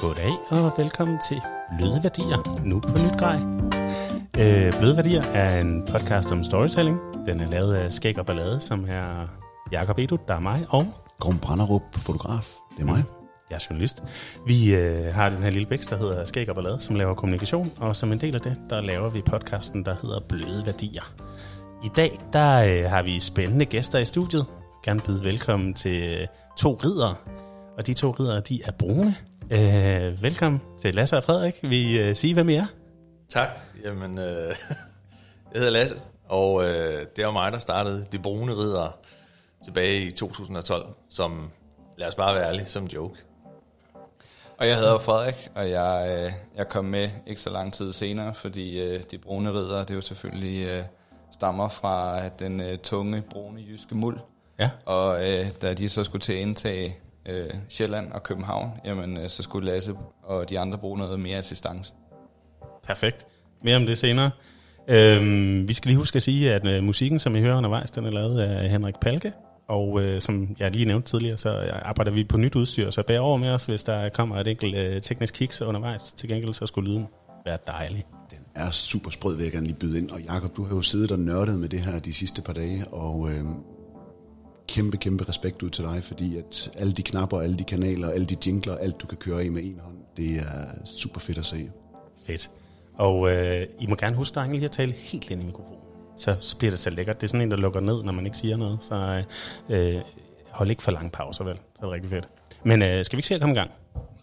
Goddag og velkommen til Bløde Værdier, nu på Nyt Grej. Bløde Værdier er en podcast om storytelling. Den er lavet af Skæg og Ballade, som er Jakob Edut, der er mig, og Grum Branderup, fotograf, det er mig. Jeg er journalist. Vi har den her lille bæks, der hedder Skæg og Ballade, som laver kommunikation, og som en del af det, der laver vi podcasten, der hedder Bløde Værdier. I dag, der har vi spændende gæster i studiet. Jeg vil gerne byde velkommen til to riddere, og de to riddere, de er brune. Velkommen til Lasse og Frederik. Vil I sige, hvem I er? Tak. Jamen, jeg hedder Lasse, og det var mig, der startede De Brune Riddere tilbage i 2012, som, lad os bare være ærlige, som joke. Og jeg hedder Frederik, og jeg kom med ikke så lang tid senere, fordi De Brune Riddere, det jo selvfølgelig stammer fra den tunge, brune jyske muld. Ja. Og da de så skulle til at indtage Sjælland og København, jamen så skulle Lasse og de andre bruge noget mere assistance. Perfekt. Mere om det senere. Vi skal lige huske at sige, at musikken, som I hører undervejs, den er lavet af Henrik Palke. Og som jeg lige nævnte tidligere, så arbejder vi på nyt udstyr, så bær over med os, hvis der kommer et enkelt teknisk kiks undervejs. Til gengæld så skulle lyden være dejlig. Den er super sprød, vil jeg gerne lige byde ind. Og Jakob, du har jo siddet og nørdet med det her de sidste par dage, og kæmpe respekt ud til dig, fordi at alle de knapper, alle de kanaler, alle de jingler, alt du kan køre i med en hånd, det er super fedt at se. Fedt. Og I må gerne huske, drenge, lige at tale helt ind i mikrofonen. Så bliver det så lækkert. Det er sådan en, der lukker ned, når man ikke siger noget. Så hold ikke for lange pauser, vel? Så er det rigtig fedt. Men skal vi ikke se at komme i gang?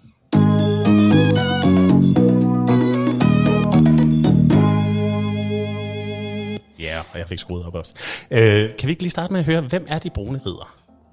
Ja, og jeg fik skruet op også. Kan vi ikke lige starte med at høre, hvem er de brune riddere?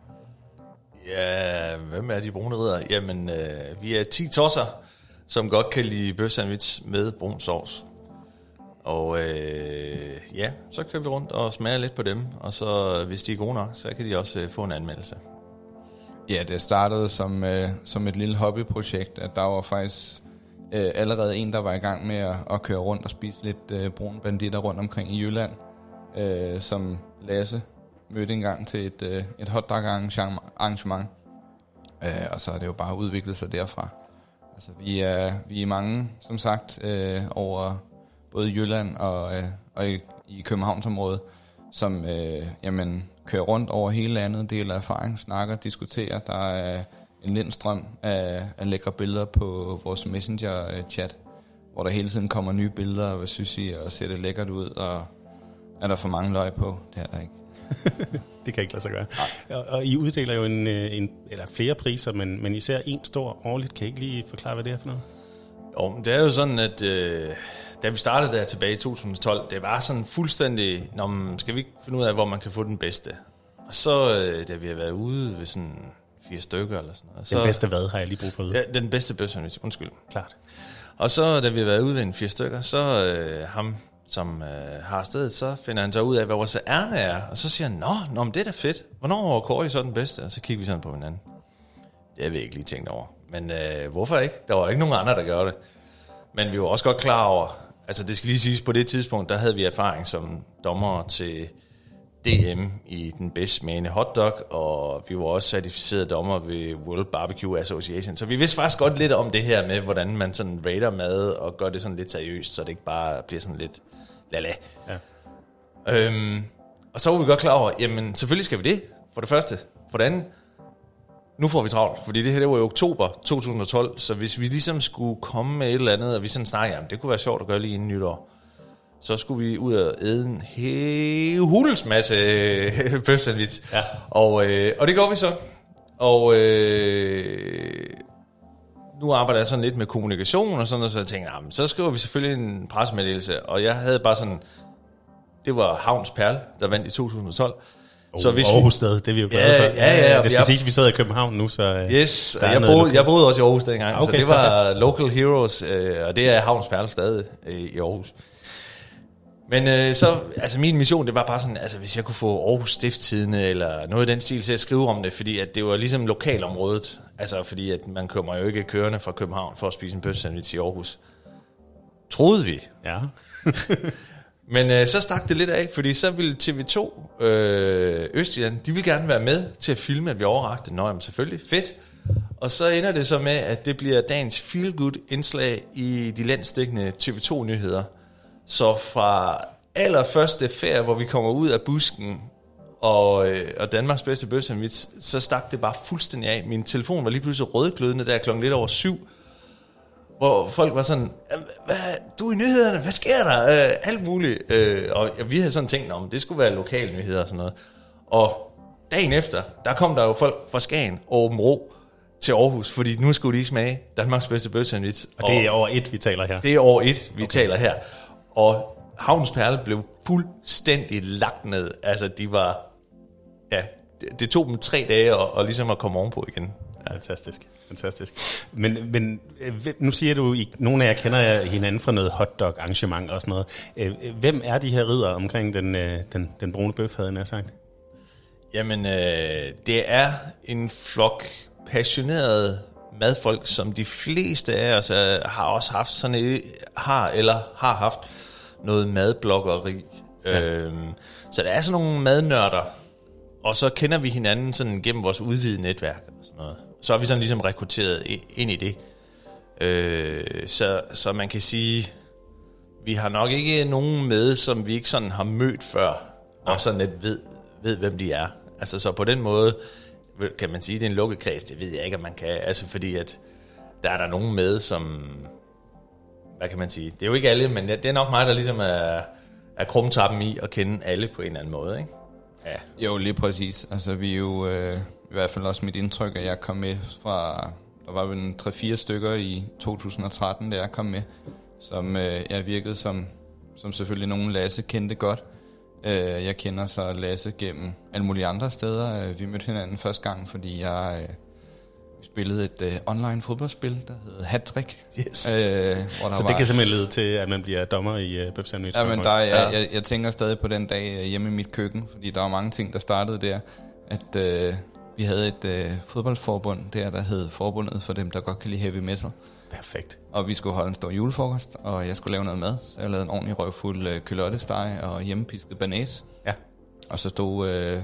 Ja, hvem er De Brune Riddere? Jamen, vi er 10 tosser, som godt kan lide bøfsandwich med brun sovs. Og ja, så kører vi rundt og smager lidt på dem, og så hvis de er gode nok, så kan de også få en anmeldelse. Ja, det startede som et lille hobbyprojekt, at der var faktisk allerede en, der var i gang med at køre rundt og spise lidt brune banditter rundt omkring i Jylland, som Lasse mødte engang til et hotdog-arrangement, og så er det jo bare udviklet sig derfra. Altså, vi er mange, som sagt, over både Jylland og i Københavnsområdet, som kører rundt over hele landet, deler erfaring, snakker, diskuterer. Der er en lindstrøm af lækre billeder på vores Messenger-chat, hvor der hele tiden kommer nye billeder, og hvad synes I, og ser det lækkert ud, og er der for mange løg på? Det er der ikke. Det kan ikke lade sig gøre. Og I uddeler jo en eller flere priser, men især en stor årligt. Kan I ikke lige forklare, hvad det er for noget? Jo, det er jo sådan, at da vi startede der tilbage i 2012, det var sådan fuldstændig, skal vi ikke finde ud af, hvor man kan få den bedste? Og så, da vi har været ude ved sådan 4 stykker eller sådan noget. Den bedste hvad, har jeg lige brug for at vide? Ja, den bedste bøfsandwich, undskyld. Klart. Og så, da vi har været ude ved 4 stykker, så ham, som har stedet, så finder han så ud af, hvad vores ærne er. Og så siger han, nå, men det er da fedt. Hvornår var Kåre så den bedste? Og så kigger vi sådan på hinanden. Det har vi ikke lige tænkt over. Men hvorfor ikke? Der var ikke nogen andre, der gjorde det. Men vi var også godt klar over, altså det skal lige siges, på det tidspunkt, der havde vi erfaring som dommer til DM i den bedst smagende hotdog, og vi var også certificerede dommer ved World Barbecue Association. Så vi vidste faktisk godt lidt om det her med, hvordan man sådan rater mad og gør det sådan lidt seriøst, så det ikke bare bliver sådan lidt lala. Ja. Og så var vi godt klar over, jamen selvfølgelig skal vi det, for det første. For det andet, nu får vi travlt, fordi det her det var i oktober 2012, så hvis vi ligesom skulle komme med et eller andet, og vi sådan snakkede, jamen det kunne være sjovt at gøre lige inden nytår, så skulle vi ud og æde en hulens masse bøfsandwich. Ja. Og det går vi så. Og nu arbejder jeg sådan lidt med kommunikation og sådan noget, så jeg tænkte, jamen, så skriver vi selvfølgelig en pressemeddelelse, og jeg havde bare sådan, det var Havns Perle, der vandt i 2012. Så hvis Aarhus Stad, det er vi jo glade for. Ja. Det skal siges, at vi sidder i København nu, så yes, og jeg boede også i Aarhus dengang, okay, så det var perfekt. Local heroes, og det er Havns Perle stadig i Aarhus. Men så, altså min mission, det var bare sådan, altså hvis jeg kunne få Aarhus Stiftstidende eller noget i den stil til at skrive om det, fordi at det var ligesom lokalområdet, altså fordi at man kommer jo ikke kørende fra København for at spise en bøfsandwich i Aarhus. Troede vi. Ja. Men så stak det lidt af, fordi så ville TV2 Østjylland, de ville gerne være med til at filme, at vi overrakte. Nå, jamen selvfølgelig, fedt. Og så ender det så med, at det bliver dagens feel-good indslag i de landsdækkende TV2-nyheder. Så fra allerførste ferie, hvor vi kommer ud af busken, og Danmarks bedste bøfsandwich, så stak det bare fuldstændig af. Min telefon var lige pludselig rødglødende der 7:00, hvor folk var sådan, du er i nyhederne, hvad sker der? Alt muligt. Og vi havde sådan tænkt, det skulle være lokale nyheder og sådan noget. Og dagen efter, der kom der jo folk fra Skagen og Aabenraa til Aarhus, fordi nu skulle de smage Danmarks bedste bøfsandwich. Og det er år 1, vi taler her. Det er år 1, vi taler her. Og Havnens Perle blev fuldstændig lagt ned. Altså, de var... Ja, det tog dem 3 dage og ligesom at komme ovenpå igen. Ja. Fantastisk. Men nu siger du, nogle af jer kender hinanden fra noget hotdog-arrangement og sådan noget. Hvem er de her ridder omkring den brune bøf, havde jeg sagt? Jamen, det er en flok passionerede madfolk, som de fleste af os har også haft sådan har haft noget madbloggeri. Ja. Så der er sådan nogle madnørder, og så kender vi hinanden sådan gennem vores udvidede netværk og sådan noget. Så er vi sådan ligesom rekrutteret ind i det. Så man kan sige, vi har nok ikke nogen med, som vi ikke sådan har mødt før, og sådan lidt ved hvem de er. Altså så på den måde kan man sige, det er en lukket kreds. Det ved jeg ikke, om man kan. Altså fordi at der er nogen med, som... Hvad kan man sige? Det er jo ikke alle, men det er nok mig, der ligesom er krumtappen i at kende alle på en eller anden måde, ikke? Ja. Jo, lige præcis. Altså vi er jo... I hvert fald også mit indtryk, at jeg kom med fra... Der var vel 3-4 stykker i 2013, da jeg kom med, som jeg virkede som selvfølgelig nogen Lasse kendte godt. Jeg kender så Lasse gennem alle mulige andre steder. Vi mødte hinanden første gang, fordi jeg spillede et online fodboldspil, der hedder Hattrick. Yes. Så det kan simpelthen lede til, at man bliver dommer i Bøf Sandwich? Ja, men jeg tænker stadig på den dag hjemme i mit køkken, fordi der var mange ting, der startede der. At vi havde et fodboldforbund der hed Forbundet for dem, der godt kan lide heavy metal. Perfekt. Og vi skulle holde en stor julefrokost, og jeg skulle lave noget mad. Så jeg lavede en ordentlig røvfuld kølottesteg og hjemmepisket banæs. Ja. Og så stod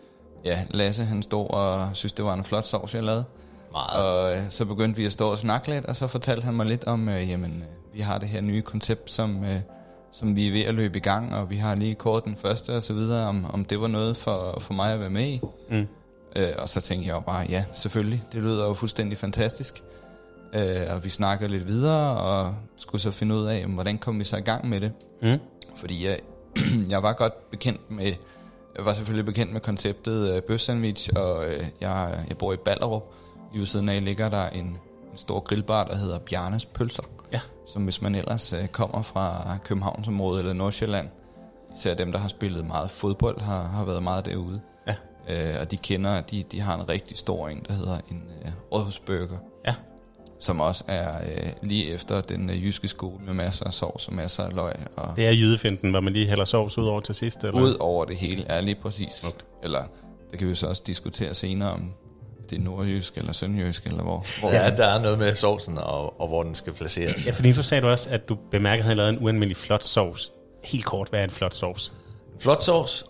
Lasse, han stod og synes, det var en flot sovs, jeg lavede. Meget. Og så begyndte vi at stå og snakke lidt, og så fortalte han mig lidt om, vi har det her nye koncept, som vi er ved at løbe i gang, og vi har lige kort den første og så videre, om det var noget for mig at være med i. Mm. Og så tænkte jeg jo bare, ja, selvfølgelig, det lyder jo fuldstændig fantastisk. Og vi snakkede lidt videre, og skulle så finde ud af, hvordan kom vi så i gang med det. Mm. Fordi jeg var godt bekendt med, jeg var selvfølgelig bekendt med konceptet Bøf Sandwich, og jeg bor i Ballerup. I ved siden af ligger der en stor grillbar, der hedder Bjarnes Pølser. Ja. Som hvis man ellers kommer fra Københavnsområdet eller Nordsjælland, især dem, der har spillet meget fodbold, har været meget derude. Ja. Og de kender, de har en rigtig stor en, der hedder en rådhusburger. Ja. Som også er lige efter den jyske skole med masser af sovs og masser af løg. Og det er jydefinten, hvor man lige hælder sovs ud over til sidst? Eller? Ud over det hele, er lige præcis. Okay. Eller det kan vi så også diskutere senere, om det er nordjysk eller sønderjysk, eller hvor ja, der er noget med sovsen, og hvor den skal placeres. Ja, fordi så sagde du også, at du bemærkede, at han lavede en ualmindelig flot sovs. Helt kort, hvad er en flot sovs? En flot sovs?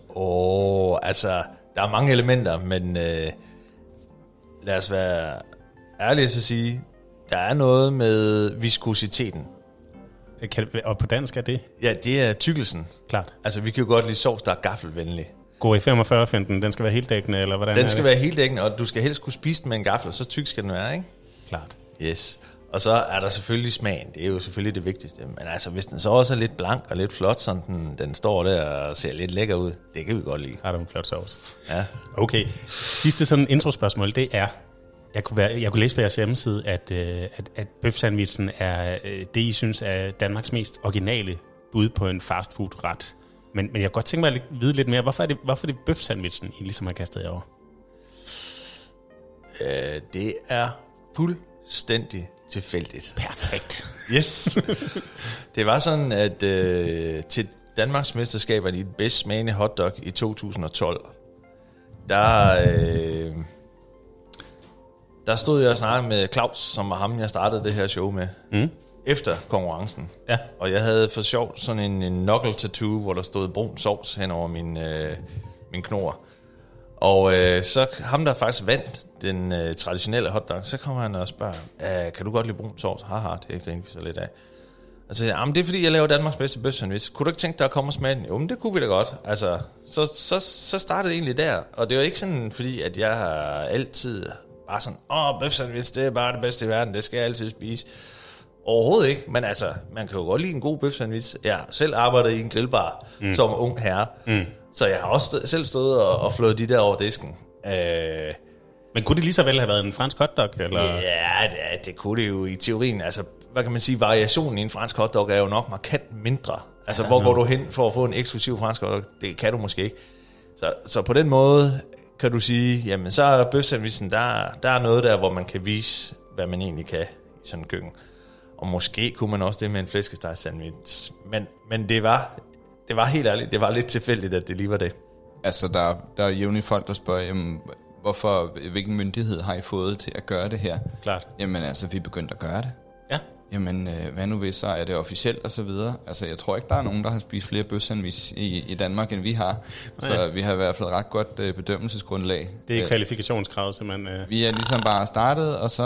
Altså, der er mange elementer, men lad os være ærlige at sige, der er noget med viskositeten. Og på dansk er det? Ja, det er tykkelsen. Klart. Altså, vi kan jo godt lide sovs, der er gaffelvenlig. God i 45-15, den skal være helt dækkende, eller hvordan? Den skal være helt dækkende, og du skal helst kunne spise den med en gaffel, så tyk skal den være, ikke? Klart. Yes. Og så er der selvfølgelig smagen, det er jo selvfølgelig det vigtigste. Men altså, hvis den så også er lidt blank og lidt flot, sådan den står der og ser lidt lækker ud, det kan vi godt lide. Har du en flot sovs? Ja. Okay. Sidste sådan introspørgsmål, det er, jeg kunne læse på jeres hjemmeside, at bøfsandwichen er det, I synes er Danmarks mest originale bud på en fastfood-ret. Men jeg kan godt tænke mig at vide lidt mere, hvorfor er det bøfsandwichen, I ligesom har kastet jer over? Det er fuldstændig tilfældigt. Perfekt. Yes. Det var sådan, at til Danmarks mesterskaberne i den bedst smagende hotdog i 2012, der stod jeg og snakkede med Claus, som var ham, jeg startede det her show med, efter konkurrencen. Ja. Og jeg havde for sjov sådan en knuckle tattoo, hvor der stod brun sovs hen over min knor. Og så ham, der faktisk vandt den traditionelle hotdog, så kommer han og spørger, kan du godt lide brun sovs? Haha, det griner vi så lidt af. Og så siger jeg, det er fordi, jeg laver Danmarks bedste bøfsandwich. Kunne du ikke tænke dig at komme og smage den? Jo, men det kunne vi da godt. Altså, så startede det egentlig der. Og det var ikke sådan, fordi at jeg har altid bare sådan, bøfsandwich, det er bare det bedste i verden, det skal jeg altid spise. Overhovedet ikke, men altså, man kan jo godt lide en god bøfsandwich. Jeg har selv arbejdet i en grillbar som ung herre, så jeg har også selv stået og flået de der over disken. Men kunne det lige så vel have været en fransk hotdog? Eller? Ja, det kunne det jo i teorien. Altså, hvad kan man sige, variationen i en fransk hotdog er jo nok markant mindre. Altså, hvor går du hen for at få en eksklusiv fransk hotdog? Det kan du måske ikke. Så på den måde kan du sige, jamen så er bøfsandwichen, der er noget der, hvor man kan vise, hvad man egentlig kan i sådan en køkken. Og måske kunne man også det med en flæskestegsandwich. Men det var helt ærligt, det var lidt tilfældigt, at det lige var det. Altså, der er jævnligt folk, der spørger, jamen, hvilken myndighed har I fået til at gøre det her? Klart. Jamen, altså, vi begyndte at gøre det. Ja. Jamen, hvad nu hvis så er det officielt og så videre? Altså, jeg tror ikke, der er nogen, der har spist flere bøfsandwich i Danmark, end vi har. Så vi har i hvert fald ret godt bedømmelsesgrundlag. Det er kvalifikationskrav, simpelthen. Vi er ligesom bare startet, og så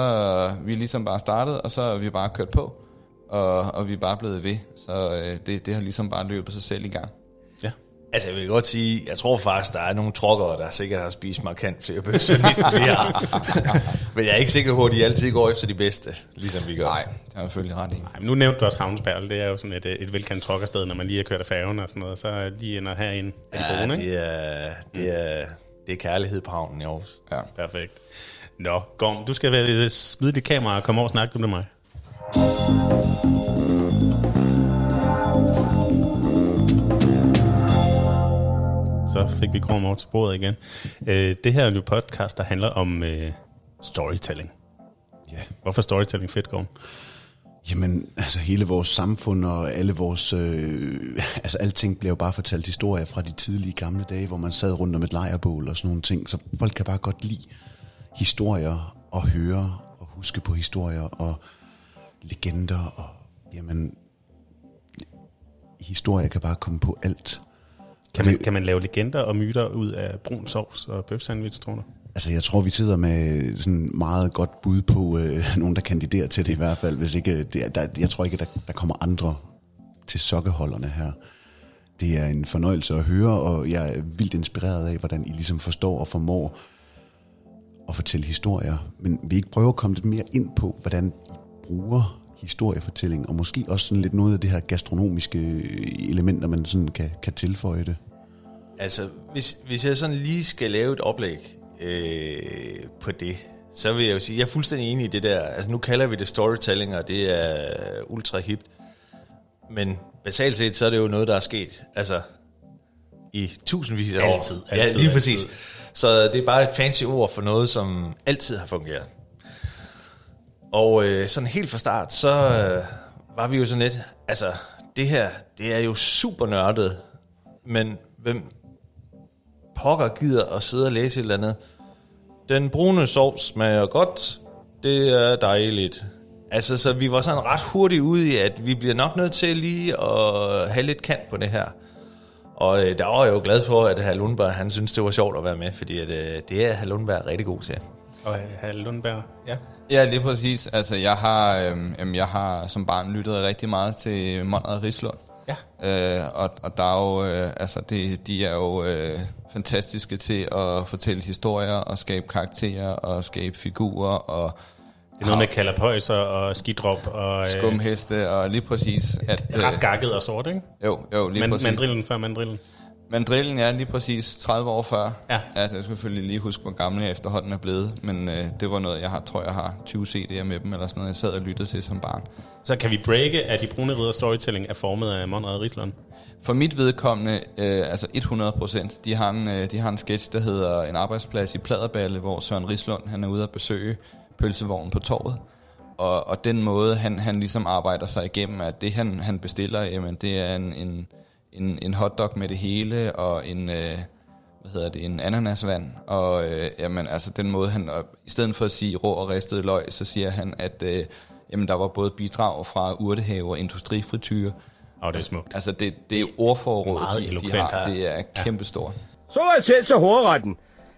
er vi bare kørt på, og vi er bare blevet ved. Så det har ligesom bare løbet sig selv i gang. Ja. Altså, jeg vil godt sige, jeg tror faktisk, der er nogle truckere, der sikkert har spist markant flere bøfsandwich, end vi har. Men jeg er ikke sikker på, at de altid går efter de bedste, ligesom vi gør. Nej, det har jeg selvfølgelig ret i. Nej, men nu nævnte du også Havnsberg, det er jo sådan et velkendt truckersted, når man lige har kørt af færgen og sådan noget, så de ender herinde. Det er kærlighed på havnen i Aarhus. Ja. Perfekt. Nå, Gorm, du skal smide dit kamera og komme over og snakke med mig. Så fik vi Gorm over til bordet igen. Det her er jo podcast, der handler om storytelling. Ja. Hvorfor storytelling fedt, Gorm? Jamen, altså hele vores samfund og alle vores... altså alting bliver jo bare fortalt historier fra de tidlige gamle dage, hvor man sad rundt om et lejrbål og sådan nogle ting. Så folk kan bare godt lide historier og høre og huske på historier og legender. Og jamen, historier kan bare komme på alt. Kan man lave legender og myter ud af brun sovs og bøfsandwich, tror du? Altså, jeg tror, vi sidder med sådan meget godt bud på nogen, der kandiderer til det i hvert fald. Hvis ikke, jeg tror ikke, der kommer andre til sokkeholderne her. Det er en fornøjelse at høre, og jeg er vildt inspireret af, hvordan I ligesom forstår og formår at fortælle historier. Men vil I ikke prøve at komme lidt mere ind på, hvordan I bruger historiefortælling, og måske også sådan lidt noget af det her gastronomiske elementer, man sådan kan tilføje det? Altså, hvis jeg sådan lige skal lave et oplæg på det, så vil jeg jo sige, jeg er fuldstændig enig i det der. Altså, nu kalder vi det storytelling, og det er ultra hipt. Men basalt set, så er det jo noget, der er sket, altså, i tusindvis af år. Altid, ja, lige præcis. Så det er bare et fancy ord for noget, som altid har fungeret. Og sådan helt fra start, så var vi jo sådan lidt, altså, det her, det er jo super nørdet, men hvem pokker gider at sidde og læse et eller andet? Den brune sovs smager godt, det er dejligt. Altså, så vi var sådan ret hurtigt ude i, at vi bliver nok nødt til lige at have lidt kant på det her. Og der var jeg jo glad for, at hr. Lundberg, han synes det var sjovt at være med, fordi at, det er hr. Lundberg rigtig god til. Og hr. Lundberg, ja. Ja, lige præcis. Altså, jeg har som barn lyttet rigtig meget til Monrad Rislund. Ja. Og der er jo, altså, de er jo fantastiske til at fortælle historier og skabe karakterer og skabe figurer og det er noget med kalapøjser og skidrop og skumheste og lige præcis at ret gakket og sort, ikke? Jo, lige præcis. Mandrillen før mandrillen. Mandrillen, ja, lige præcis 30 år før. Ja. Ja, det skal selvfølgelig lige huske, hvor gammel jeg efterhånden er blevet, men det var noget, jeg har 20 CD'er med dem, eller sådan noget, jeg sad og lyttede til som barn. Så kan vi breake, at de brune ridder storytelling er formet af Monrad Rislund? For mit vedkommende, altså 100%. De har en sketch, der hedder En arbejdsplads i Pladerballe, hvor Søren Rislund, han er ude at besøge pølsevognen på torvet. Og den måde, han ligesom arbejder sig igennem, at det han bestiller, jamen, det er en hotdog med det hele, og en ananasvand, og jamen, altså den måde, han, i stedet for at sige rå og ristet løg, så siger han, at jamen, der var både bidrag fra urtehave og industrifrityre. Og det er smukt. Altså det er ordforrådet, de har, det er kæmpestort. Så var jeg til hovedretten.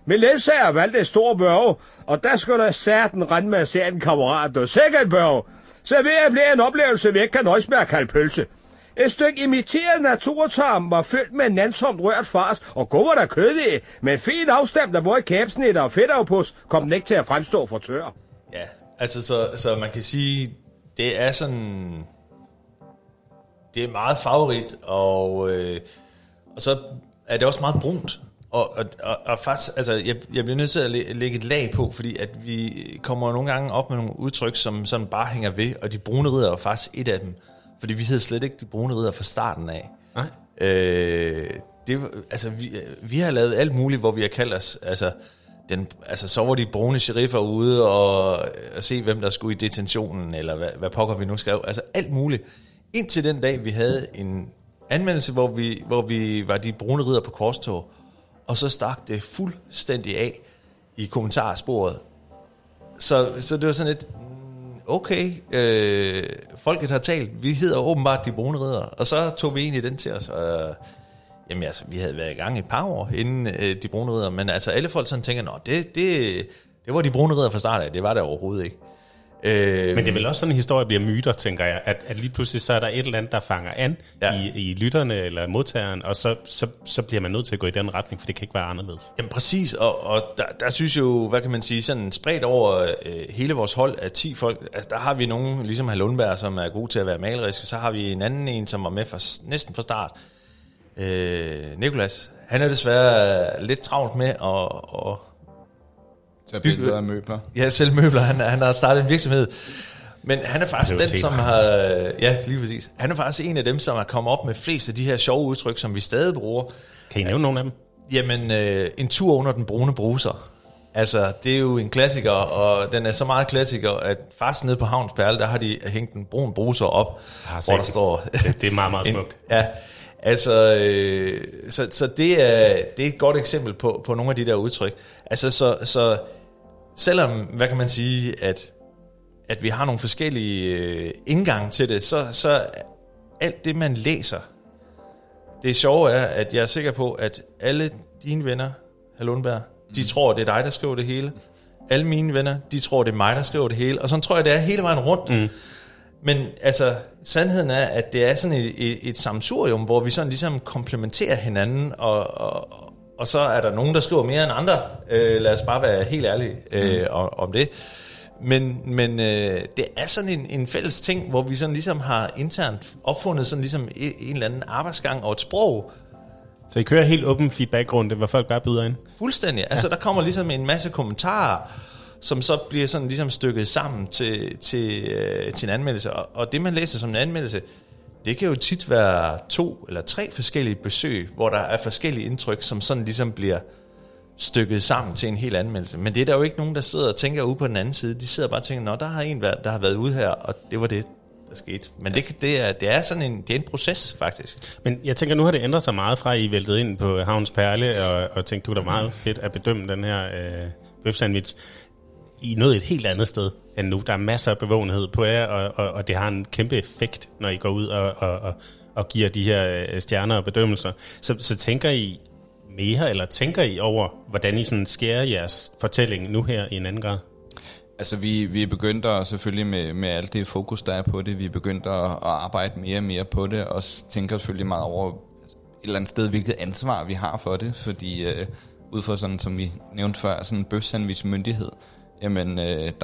Min ledsager valgte et stort børge, og der skulle der særten rende med at se en kammerat, og sikkert børge. Serveret blev en oplevelse, vi ikke kan nøjes med at kalde pølse. Et stykke imiteret naturtarm var fyldt med nænsomt rørt fars, og god var der kød i, men fint afstemt af både kæbsnitter og fedtafpus, kom den ikke til at fremstå for tør. Ja, altså så man kan sige, det er sådan, det er meget farverigt, og så er det også meget brunt. Og faktisk, altså, jeg bliver nødt til at lægge et lag på, fordi at vi kommer nogle gange op med nogle udtryk, som sådan bare hænger ved, og de brune ridder er faktisk et af dem. Fordi vi hed slet ikke de brune ridder fra starten af. Nej. Vi har lavet alt muligt, hvor vi har kaldt os, så var de brune sheriffer ude og se, hvem der skulle i detentionen, eller hvad pokker vi nu skrev. Altså alt muligt. Indtil den dag, vi havde en anmeldelse, hvor vi var de brune ridder på korstog, og så stak det fuldstændig af i kommentarsporet. Så det var sådan et, okay, folket har talt, vi hedder åbenbart de brune ridder, og så tog vi egentlig den til os. Jamen altså, vi havde været i gang et par år inden de brune ridder, men altså alle folk sådan tænker, det var de brune ridder fra start af, det var det overhovedet ikke. Men det er vel også sådan en historie, bliver myter, tænker jeg, at lige pludselig så er der et eller andet, der fanger an i lytterne eller modtageren, og så bliver man nødt til at gå i den retning, for det kan ikke være anderledes. Jamen præcis, og der synes jo, hvad kan man sige, sådan spredt over hele vores hold af 10 folk, altså der har vi nogen, ligesom Hr. Lundberg, som er god til at være malerisk, så har vi en anden en, som var med næsten fra start, Nicolas. Han er desværre lidt travlt med at til billeder af møbler. Ja, selv møbler. Han har startet en virksomhed. Men han er faktisk den, som har... Ja, lige præcis. Han er faktisk en af dem, som har kommet op med flest af de her sjove udtryk, som vi stadig bruger. Kan I nævne nogle af dem? Jamen, en tur under den brune bruser. Altså, det er jo en klassiker, og den er så meget klassiker, at faktisk nede på Havns Perle, der har de hængt en brun bruser op, hvor der står... Det er meget, meget smukt. Ja, altså... Så det er et godt eksempel på nogle af de der udtryk. Altså, så selvom, hvad kan man sige, at vi har nogle forskellige indgange til det, så alt det, man læser, det sjove er, at jeg er sikker på, at alle dine venner, hr. Lundberg, de tror, det er dig, der skriver det hele. Alle mine venner, de tror, det er mig, der skriver det hele. Og sådan tror jeg, det er hele vejen rundt. Mm. Men altså, sandheden er, at det er sådan et sammensurium, hvor vi sådan ligesom komplementerer hinanden, og så er der nogen, der skriver mere end andre. Lad os bare være helt ærlige om det. Men det er sådan en fælles ting, hvor vi sådan ligesom har internt opfundet sådan ligesom en eller anden arbejdsgang og et sprog. Så I kører helt åben feedback-runde, hvor folk bare byder ind? Fuldstændig. Altså der kommer ligesom en masse kommentarer, som så bliver sådan ligesom stykket sammen til en anmeldelse. Og det man læser som en anmeldelse, det kan jo tit være 2 eller 3 forskellige besøg, hvor der er forskellige indtryk, som sådan ligesom bliver stykket sammen til en hel anmeldelse. Men det er der jo ikke nogen, der sidder og tænker ude på den anden side. De sidder bare og tænker, der har en, der har været ude her, og det var det, der skete. Men det er sådan en proces, faktisk. Men jeg tænker, nu har det ændret sig meget fra, I væltede ind på Havns Perle, og tænkte, du er da meget fedt at bedømme den her bøfsandwich. I nåede et helt andet sted end nu. Der er masser af bevågenhed på jer, og det har en kæmpe effekt, når I går ud og giver de her stjerner og bedømmelser. Så tænker I mere, eller tænker I over, hvordan I sådan skærer jeres fortælling nu her i en anden grad? Altså vi er begyndt selvfølgelig med alt det fokus, der er på det. Vi er begyndt at arbejde mere og mere på det, og tænker selvfølgelig meget over et eller andet sted, hvilket ansvar vi har for det. Fordi ud fra sådan, som vi nævnte før, sådan en bøfsandwich myndighed, jamen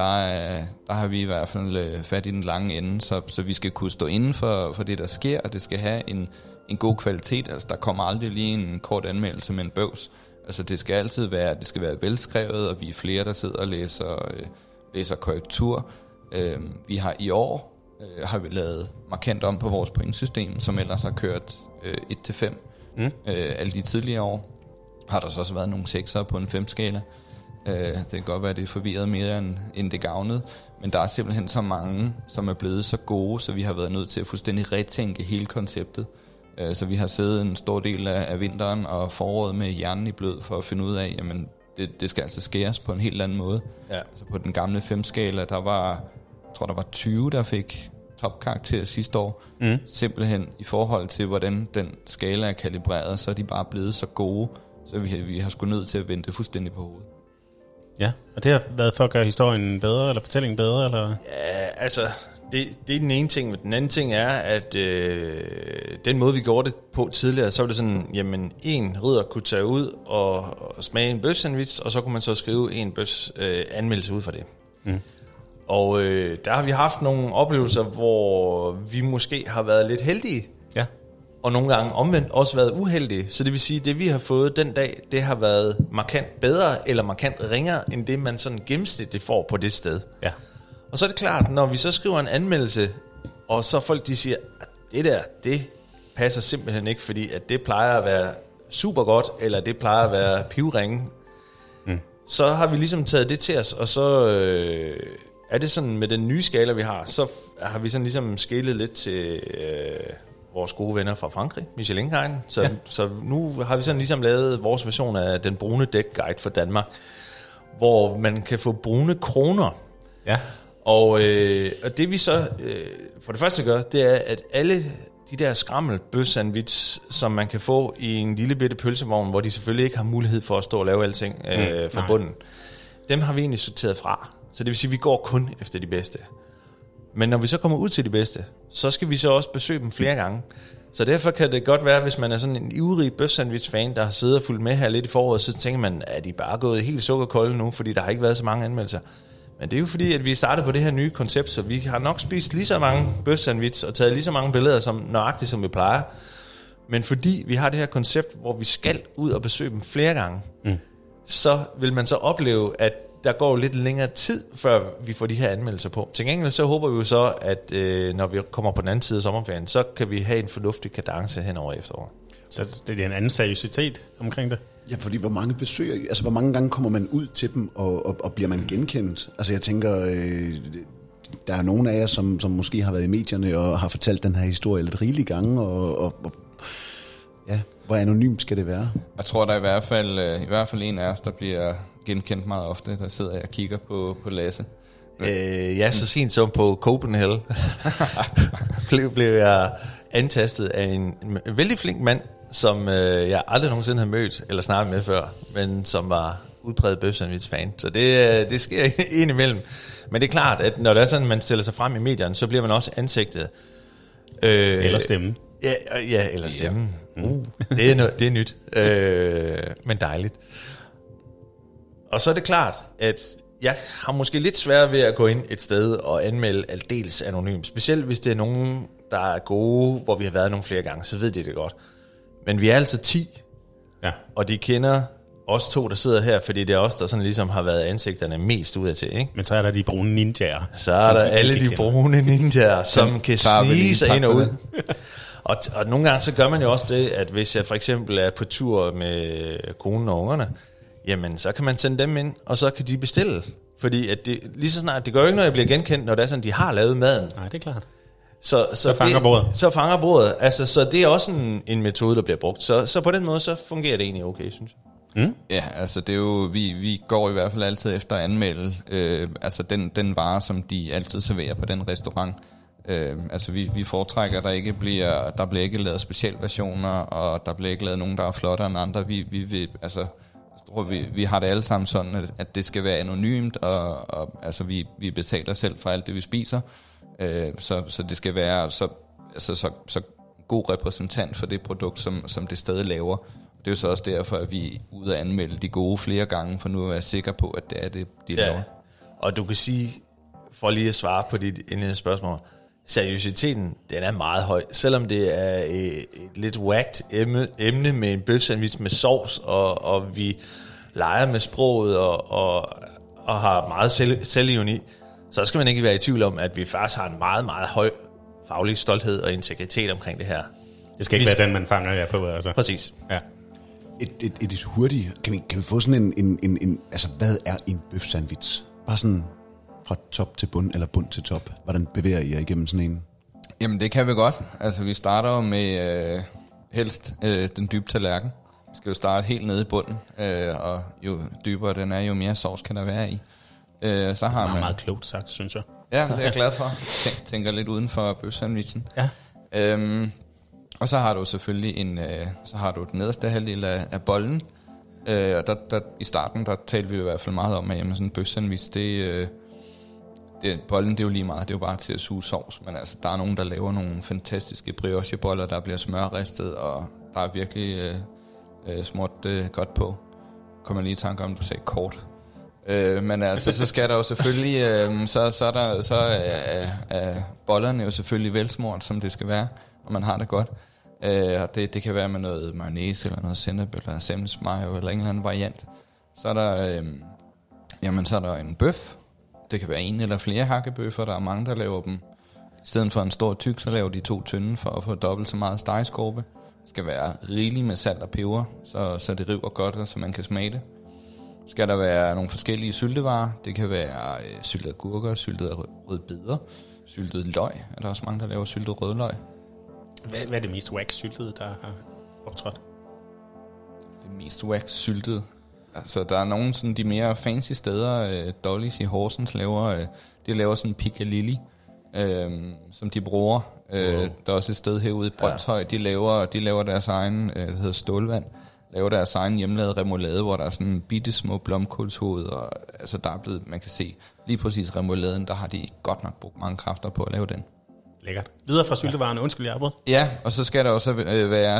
der har vi i hvert fald fat i den lange ende, så vi skal kunne stå inden for det, der sker, og det skal have en god kvalitet. Altså der kommer aldrig lige en kort anmeldelse med en bøvs. Altså det skal altid være, det skal være velskrevet, og vi er flere, der sidder og læser korrektur. Vi har i år har vi lavet markant om på vores pointsystem, som ellers har kørt 1-5. Alle de tidligere år har der så også været nogle 6'ere på en 5-skala. Det kan godt være, at det er forvirret mere end det gavnede, men der er simpelthen så mange, som er blevet så gode, så vi har været nødt til at fuldstændig retænke hele konceptet. Så vi har siddet en stor del af vinteren og foråret med hjernen i blød for at finde ud af, jamen det skal altså skæres på en helt anden måde. Ja. Altså på den gamle 5-skala, der var 20, der fik topkarakter sidste år. Simpelthen i forhold til, hvordan den skala er kalibreret, så er de bare blevet så gode, Så vi har sgu nødt til at vende det fuldstændig på hovedet. Ja, og det har været for at gøre historien bedre, eller fortællingen bedre, eller? Ja, altså, det er den ene ting. Den anden ting er, at den måde, vi gjorde det på tidligere, så var det sådan, jamen, en ridder kunne tage ud og smage en bøfsandwich, og så kunne man så skrive en anmeldelse ud for det. Mm. Og der har vi haft nogle oplevelser, hvor vi måske har været lidt heldige, ja, og nogle gange omvendt også været uheldige. Så det vil sige, at det vi har fået den dag, det har været markant bedre eller markant ringere, end det man sådan gennemsnitligt får på det sted. Ja. Og så er det klart, når vi så skriver en anmeldelse, og så folk de siger, at det passer simpelthen ikke, fordi at det plejer at være super godt, eller det plejer at være pivringe, så har vi ligesom taget det til os, og så er det sådan med den nye skala, vi har, så har vi sådan ligesom skelet lidt til vores gode venner fra Frankrig, Michelin-guiden. Så nu har vi sådan ligesom lavet vores version af den brune dækguide for Danmark, hvor man kan få brune kroner. Ja. Og det vi så for det første gør, det er, at alle de der skrammel-bøfsandwich, som man kan få i en lille bitte pølsevogn, hvor de selvfølgelig ikke har mulighed for at stå og lave alting fra bunden, dem har vi egentlig sorteret fra. Så det vil sige, at vi går kun efter de bedste. Men når vi så kommer ud til de bedste, så skal vi så også besøge dem flere gange. Så derfor kan det godt være, hvis man er sådan en ivrig bøfsandwich-fan, der har siddet og fulgt med her lidt i foråret, så tænker man, at de bare gået helt sukkerkolde nu, fordi der har ikke været så mange anmeldelser. Men det er jo fordi, at vi startede på det her nye koncept, så vi har nok spist lige så mange bøfsandwich og taget lige så mange billeder som nøjagtigt, som vi plejer. Men fordi vi har det her koncept, hvor vi skal ud og besøge dem flere gange, så vil man så opleve, at der går lidt længere tid, før vi får de her anmeldelser på. Til gengæld så håber vi jo så, at når vi kommer på den anden side af sommerferien, så kan vi have en fornuftig kadence hen over efteråret. Så det er en anden seriøsitet omkring det? Ja, fordi hvor mange besøger, altså hvor mange gange kommer man ud til dem, og bliver man genkendt? Altså jeg tænker, der er nogen af jer, som måske har været i medierne og har fortalt den her historie lidt rigelige gange, og ja, hvor anonymt skal det være? Jeg tror, der er i hvert fald en af os, der bliver genkendt meget ofte, der sidder jeg og kigger på Lasse. Ja, så sent som på Copenhagen blev jeg antastet af en vældig flink mand, som jeg aldrig nogensinde har mødt eller snakket med før, men som var udpræget bøfsandwich-fan. Så det sker indimellem. Men det er klart, at når det er sådan, man stiller sig frem i medierne, så bliver man også ansigtet. Eller stemmen. Ja, eller stemmen. Det er nyt, men dejligt. Og så er det klart, at jeg har måske lidt svært ved at gå ind et sted og anmelde aldeles anonymt. Specielt hvis det er nogen, der er gode, hvor vi har været nogle flere gange, så ved de det godt. Men vi er altså 10, og de kender os to, der sidder her, fordi det er os, der sådan ligesom har været ansigterne mest udad til, ikke? Men så er der de brune ninjaer. Så er der alle de brune ninjaer, som kan snige sig ind og ud. Og nogle gange så gør man jo også det, at hvis jeg for eksempel er på tur med konen og ungerne, jamen så kan man sende dem ind, og så kan de bestille. Fordi at det, lige så snart, det gør jo ikke, når jeg bliver genkendt, når det er sådan, de har lavet maden. Nej, det er klart. Så fanger bordet. Så fanger bordet. Altså, så det er også en metode, der bliver brugt. Så på den måde, så fungerer det egentlig okay, synes jeg. Ja, altså det er jo, vi går i hvert fald altid efter at anmelde altså den vare, som de altid serverer på den restaurant. Altså vi foretrækker, der bliver ikke lavet specialversioner, og der bliver ikke lavet nogen, der er flottere end andre. Vi har det alle sammen sådan, at det skal være anonymt, og altså vi betaler selv for alt det, vi spiser. Så det skal være så god repræsentant for det produkt, som det stadig laver. Det er jo så også derfor, at vi er ude at anmelde de gode flere gange, for nu at være sikker på, at det er det, de laver. Og du kan sige, for lige at svare på dit indledende spørgsmål, seriøsiteten, den er meget høj. Selvom det er et lidt whacked emne med en bøfsandwich med sovs, og vi leger med sproget og har meget selvironi, så skal man ikke være i tvivl om, at vi faktisk har en meget, meget høj faglig stolthed og integritet omkring det her. Det skal ikke være den, man fanger jer på. Altså. Præcis. Ja. Et hurtigt, kan vi få sådan en altså hvad er en bøfsandwich? Bare sådan fra top til bund, eller bund til top. Hvordan bevæger I jer igennem sådan en? Jamen det kan vi godt. Altså vi starter jo med helst den dybe tallerken. Vi skal jo starte helt nede i bunden, og jo dybere den er, jo mere sovs kan der være i. Så har man meget klogt sagt, synes jeg. Ja, det er jeg glad for. Tænker lidt uden for bøfsandwichen. Ja. Og så har du selvfølgelig så har du den nederste halvdel af bollen, Og der, i starten, der talte vi i hvert fald meget om, at sådan en bøfsandwich, bollen det er jo lige meget, det er jo bare til at suge sovs, men altså, der er nogen, der laver nogle fantastiske briocheboller, der bliver smørristet, og der er virkelig småt godt på. Kommer lige i tanke om, du sagde kort. Men altså, så skal der jo selvfølgelig, så er bollerne jo selvfølgelig velsmurt, som det skal være, og man har det godt. Og det kan være med noget mayonnaise, eller noget sennep, eller semmelmayo, eller en eller anden variant. Så er der, så er der en bøf. Det kan være en eller flere hakkebøffer, der er mange, der laver dem. I stedet for en stor tyk, så laver de 2 tynde for at få dobbelt så meget stegeskorpe. Det skal være rigeligt med salt og peber, så det river godt, og så man kan smage det. Skal der være nogle forskellige syltevarer. Det kan være syltede agurker, syltede rødbeder, syltet løg. Er der også mange, der laver syltet rødløg. Hvad er det mest wax-syltede, der har optrådt? Det mest wax-syltede? Altså, der er nogle sådan de mere fancy steder. Dolly's i Horsens laver sådan en piccalilli, som de bruger. Der er også et sted herude i Brøndshøj. De laver deres egen, det hedder Stålvand, laver deres egen hjemmelavede remoulade, hvor der er sådan bitte små blomkålshoved, og altså der er blevet, man kan se lige præcis remouladen, der har de godt nok brugt mange kræfter på at lave den. Lækkert. Videre fra syltevarerne, undskyld, jeg afbrød. Ja, og så skal der også være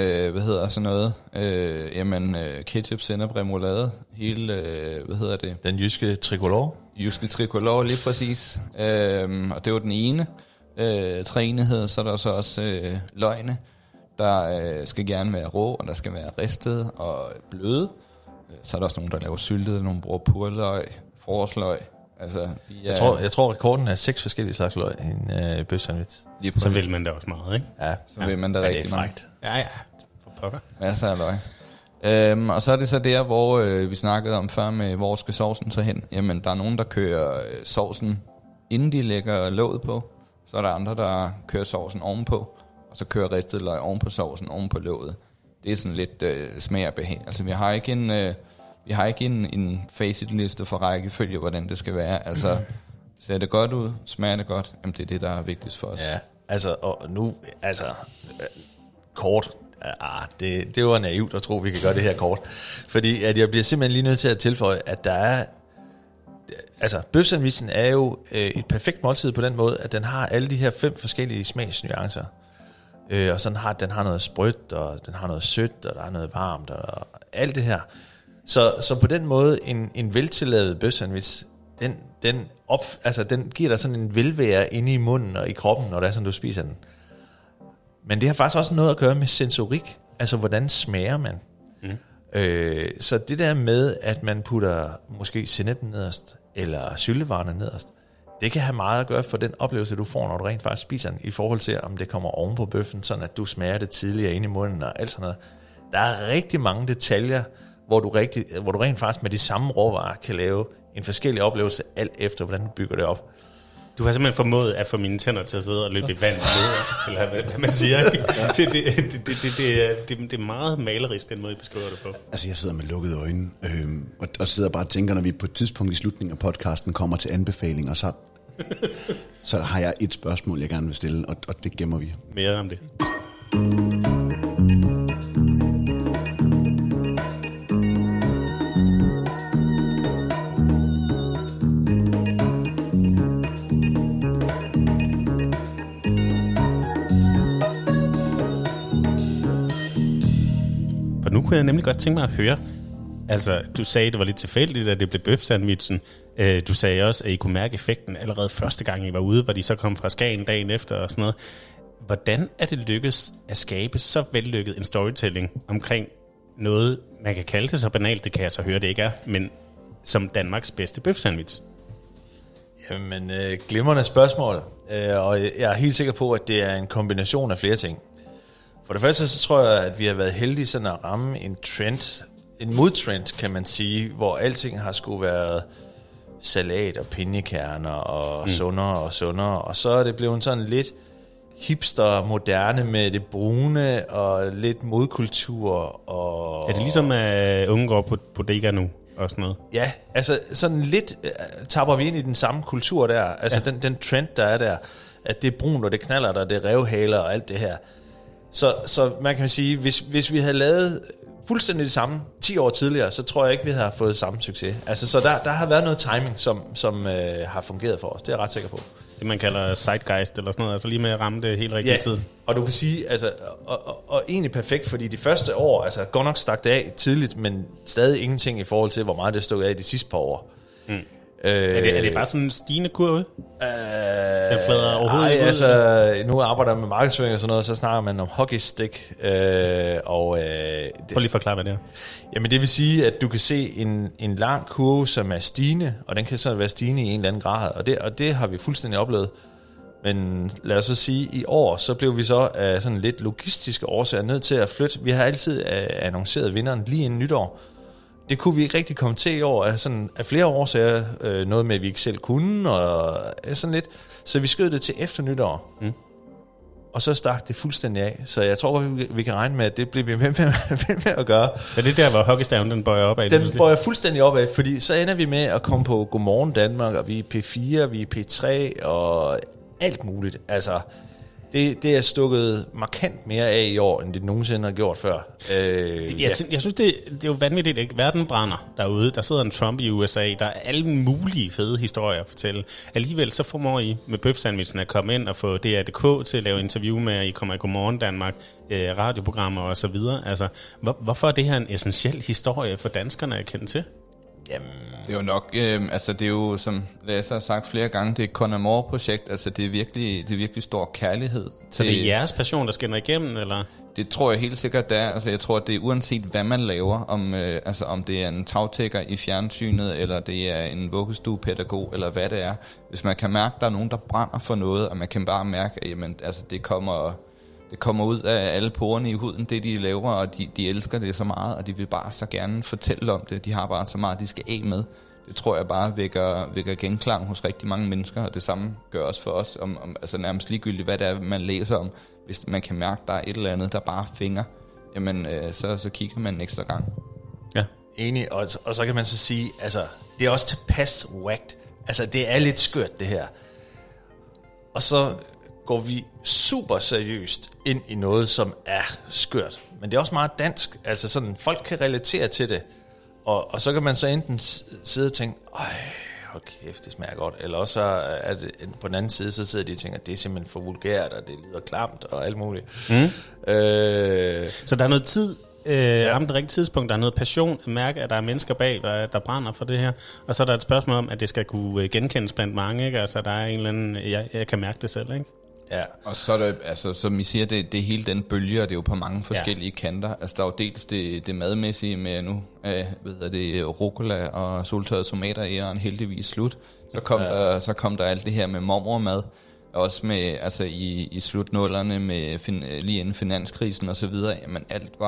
den, ketchup, sennep, remoulade, hele, Den jyske tricolore. Jyske tricolore, lige præcis. Og det var den ene træenighed, så er der så også løgene, der skal gerne være rå, og der skal være ristet og bløde. Så er der også nogen, der laver syltet, nogle bruger purløg, forårsløg. Altså, jeg tror rekorden er 6 forskellige slags løg i en bøfsandwich. Så vil man da også meget, ikke? Ja, så vil man da rigtig meget. Ja, for pokker. Masser af løg. Og så er det så der, hvor vi snakkede om før med, hvor skal sovsen så hen? Jamen, der er nogen, der kører sovsen, inden de lægger låget på. Så er der andre, der kører sovsen ovenpå, og så kører ristet løg oven på sovsen, oven på låget. Det er sådan lidt smag og behag. Altså, vi har ikke en facitliste for rækkefølge, hvordan det skal være. Altså, ser det godt ud? Smager det godt? Jamen, det er det, der er vigtigst for os. Ja, altså, og nu, kort, det var naivt at tro, vi kan gøre det her kort. Fordi at jeg bliver simpelthen lige nødt til at tilføje, at der er, altså, bøfsandwichen er jo et perfekt måltid på den måde, at den har alle de her 5 forskellige smagsnuancer. Og sådan den har noget sprødt, og den har noget sødt, og der er noget varmt, og alt det her. Så på den måde, en veltillavet bøfsandwich, den giver dig sådan en velvære inde i munden og i kroppen, når det er sådan, du spiser den. Men det har faktisk også noget at gøre med sensorik, altså hvordan smager man. Så det der med, at man putter måske sennepen nederst, eller syltevarerne nederst, det kan have meget at gøre for den oplevelse, du får, når du rent faktisk spiser den, i forhold til, om det kommer oven på bøffen, sådan at du smager det tidligere inde i munden og alt sådan noget. Der er rigtig mange detaljer, hvor du rent faktisk med de samme råvarer kan lave en forskellig oplevelse, alt efter, hvordan du bygger det op. Du har simpelthen formået at få mine tænder til at sidde og løbe i vand, eller hvad man siger. Det er meget malerisk, den måde, I beskriver det på. Altså, jeg sidder med lukkede øjne, og sidder bare og tænker, når vi på et tidspunkt i slutningen af podcasten kommer til anbefalinger, så har jeg et spørgsmål, jeg gerne vil stille, og det gemmer vi. Mere om det. Nu kunne jeg nemlig godt tænke mig at høre, altså du sagde, at det var lidt tilfældigt, at det blev bøfsandwichen. Du sagde også, at I kunne mærke effekten allerede første gang, I var ude, hvor de så kom fra Skagen dagen efter og sådan noget. Hvordan er det lykkedes at skabe så vellykket en storytelling omkring noget, man kan kalde det så banalt, det kan jeg så høre, det ikke er, men som Danmarks bedste bøfsandwich? Jamen, glimrende spørgsmål, og jeg er helt sikker på, at det er en kombination af flere ting. For det første så tror jeg, at vi har været heldige sådan at ramme en trend, en modtrend kan man sige, hvor alting har skulle været salat og pinjekerner og sundere, og så er det blevet sådan lidt hipster moderne med det brune og lidt modkultur. Og er det ligesom at unge går på bodega nu og sådan noget? Ja, altså sådan lidt tapper vi ind i den samme kultur der, altså den trend der er der, at det er brunt og det knaller der, det er revhaler og alt det her. Så man kan sige, hvis vi havde lavet fuldstændig det samme 10 år tidligere, så tror jeg ikke, vi havde fået samme succes. Altså, så der har været noget timing, som har fungeret for os. Det er jeg ret sikker på. Det man kalder zeitgeist eller sådan noget, altså lige med at ramme det helt rigtige tid. Og du kan sige, altså, og egentlig perfekt, fordi de første år, altså godt nok stak det af tidligt, men stadig ingenting i forhold til, hvor meget det stod af de sidste par år. Er det bare sådan en stigende kurve? Den flader overhovedet ikke ud? Altså, nu arbejder jeg med markedsføring og sådan noget, så snakker man om hockeystick. Prøv lige at forklare, hvad det er. Jamen det vil sige, at du kan se en lang kurve, som er stigende, og den kan så være stigende i en eller anden grad, og det har vi fuldstændig oplevet. Men lad os så sige, i år, så blev vi så af sådan lidt logistiske årsager nødt til at flytte. Vi har altid annonceret vinderen lige inden nytår. Det kunne vi ikke rigtig komme til i år af flere årsager. Noget med, at vi ikke selv kunne, og sådan lidt. Så vi skød det til efter nytår. Og så stak det fuldstændig af. Så jeg tror, vi kan regne med, at det bliver vi med at gøre. Så det der, hvor hockeystaven den bøjer opad? Den bøjer fuldstændig opad, fordi så ender vi med at komme på Godmorgen Danmark, og vi er P4, vi er P3, og alt muligt. Altså, det er stukket markant mere af i år, end det nogensinde har gjort før. Jeg synes, det er jo vanvittigt, ikke? Verden brænder derude. Der sidder en Trump i USA. Der er alle mulige fede historier at fortælle. Alligevel så formår I med bøfsandwichen at komme ind og få DR.dk til at lave interview med, I kommer i Godmorgen Danmark, radioprogrammer og så videre. Altså, hvorfor er det her en essentiel historie for danskerne at kende til? Jamen, det er jo nok, det er jo, som Lasse har sagt flere gange, det er et Con Amor-projekt, altså det er virkelig stor kærlighed. Så det er jeres passion, der skinner igennem, eller? Det tror jeg helt sikkert, det er. Altså jeg tror, at det er uanset hvad man laver, om det er en tagtækker i fjernsynet, eller det er en vuggestuepædagog, eller hvad det er. Hvis man kan mærke, at der er nogen, der brænder for noget, og man kan bare mærke, at jamen, altså, det kommer ud af alle porerne i huden, det de laver, og de elsker det så meget, og de vil bare så gerne fortælle om det. De har bare så meget, de skal af med. Det tror jeg bare vækker genklang hos rigtig mange mennesker, og det samme gør også for os, altså nærmest ligegyldigt, hvad det er, man læser om. Hvis man kan mærke, der er et eller andet, der bare finger, jamen så kigger man en ekstra gang. Ja. Enig, og så kan man så sige, altså, det er også tilpas whacked. Altså, det er lidt skørt, det her. Og så går vi super seriøst ind i noget, som er skørt. Men det er også meget dansk. Altså sådan, folk kan relatere til det. Og så kan man så enten sidde og tænke, hold kæft, det smager godt. Eller også er det på den anden side, så sidder de og tænker, det er simpelthen for vulgært, og det lyder klamt, og alt muligt. Så der er noget tid, ramme det rigtige tidspunkt, der er noget passion, at mærke, at der er mennesker bag, der brænder for det her. Og så er der et spørgsmål om, at det skal kunne genkendes blandt mange, ikke? Altså der er en eller anden, jeg kan mærke det selv, ikke? Ja, og så er det, altså, som I siger, det er hele den bølge, og det er jo på mange forskellige kanter. Altså, der er jo dels det madmæssige med nu, rucola og soltørrede tomater æren heldigvis slut. Så kom der alt det her med mormormad, også med, altså i slutnullerne med lige inden finanskrisen og så videre. Jamen,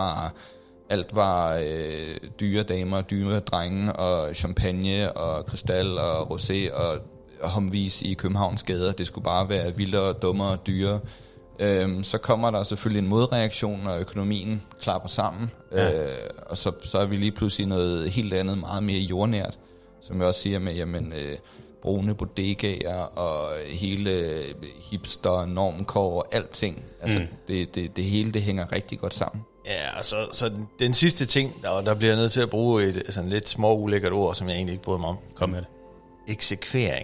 alt var dyre damer, dyre drenge og champagne og kristal og rosé og humvis i Københavns gader. Det skulle bare være vildere, dummere og dyrere. Så kommer der selvfølgelig en modreaktion, og økonomien klapper sammen. Og så er vi lige pludselig noget helt andet, meget mere jordnært. Som jeg også siger med, jamen, brune bodegaer og hele hipster, normkår og alting. Altså, det hele, det hænger rigtig godt sammen. Ja, og så den sidste ting, der bliver nødt til at bruge et sådan lidt små ulækkert ord, som jeg egentlig ikke bryder mig om. Kom med det. Eksekvering.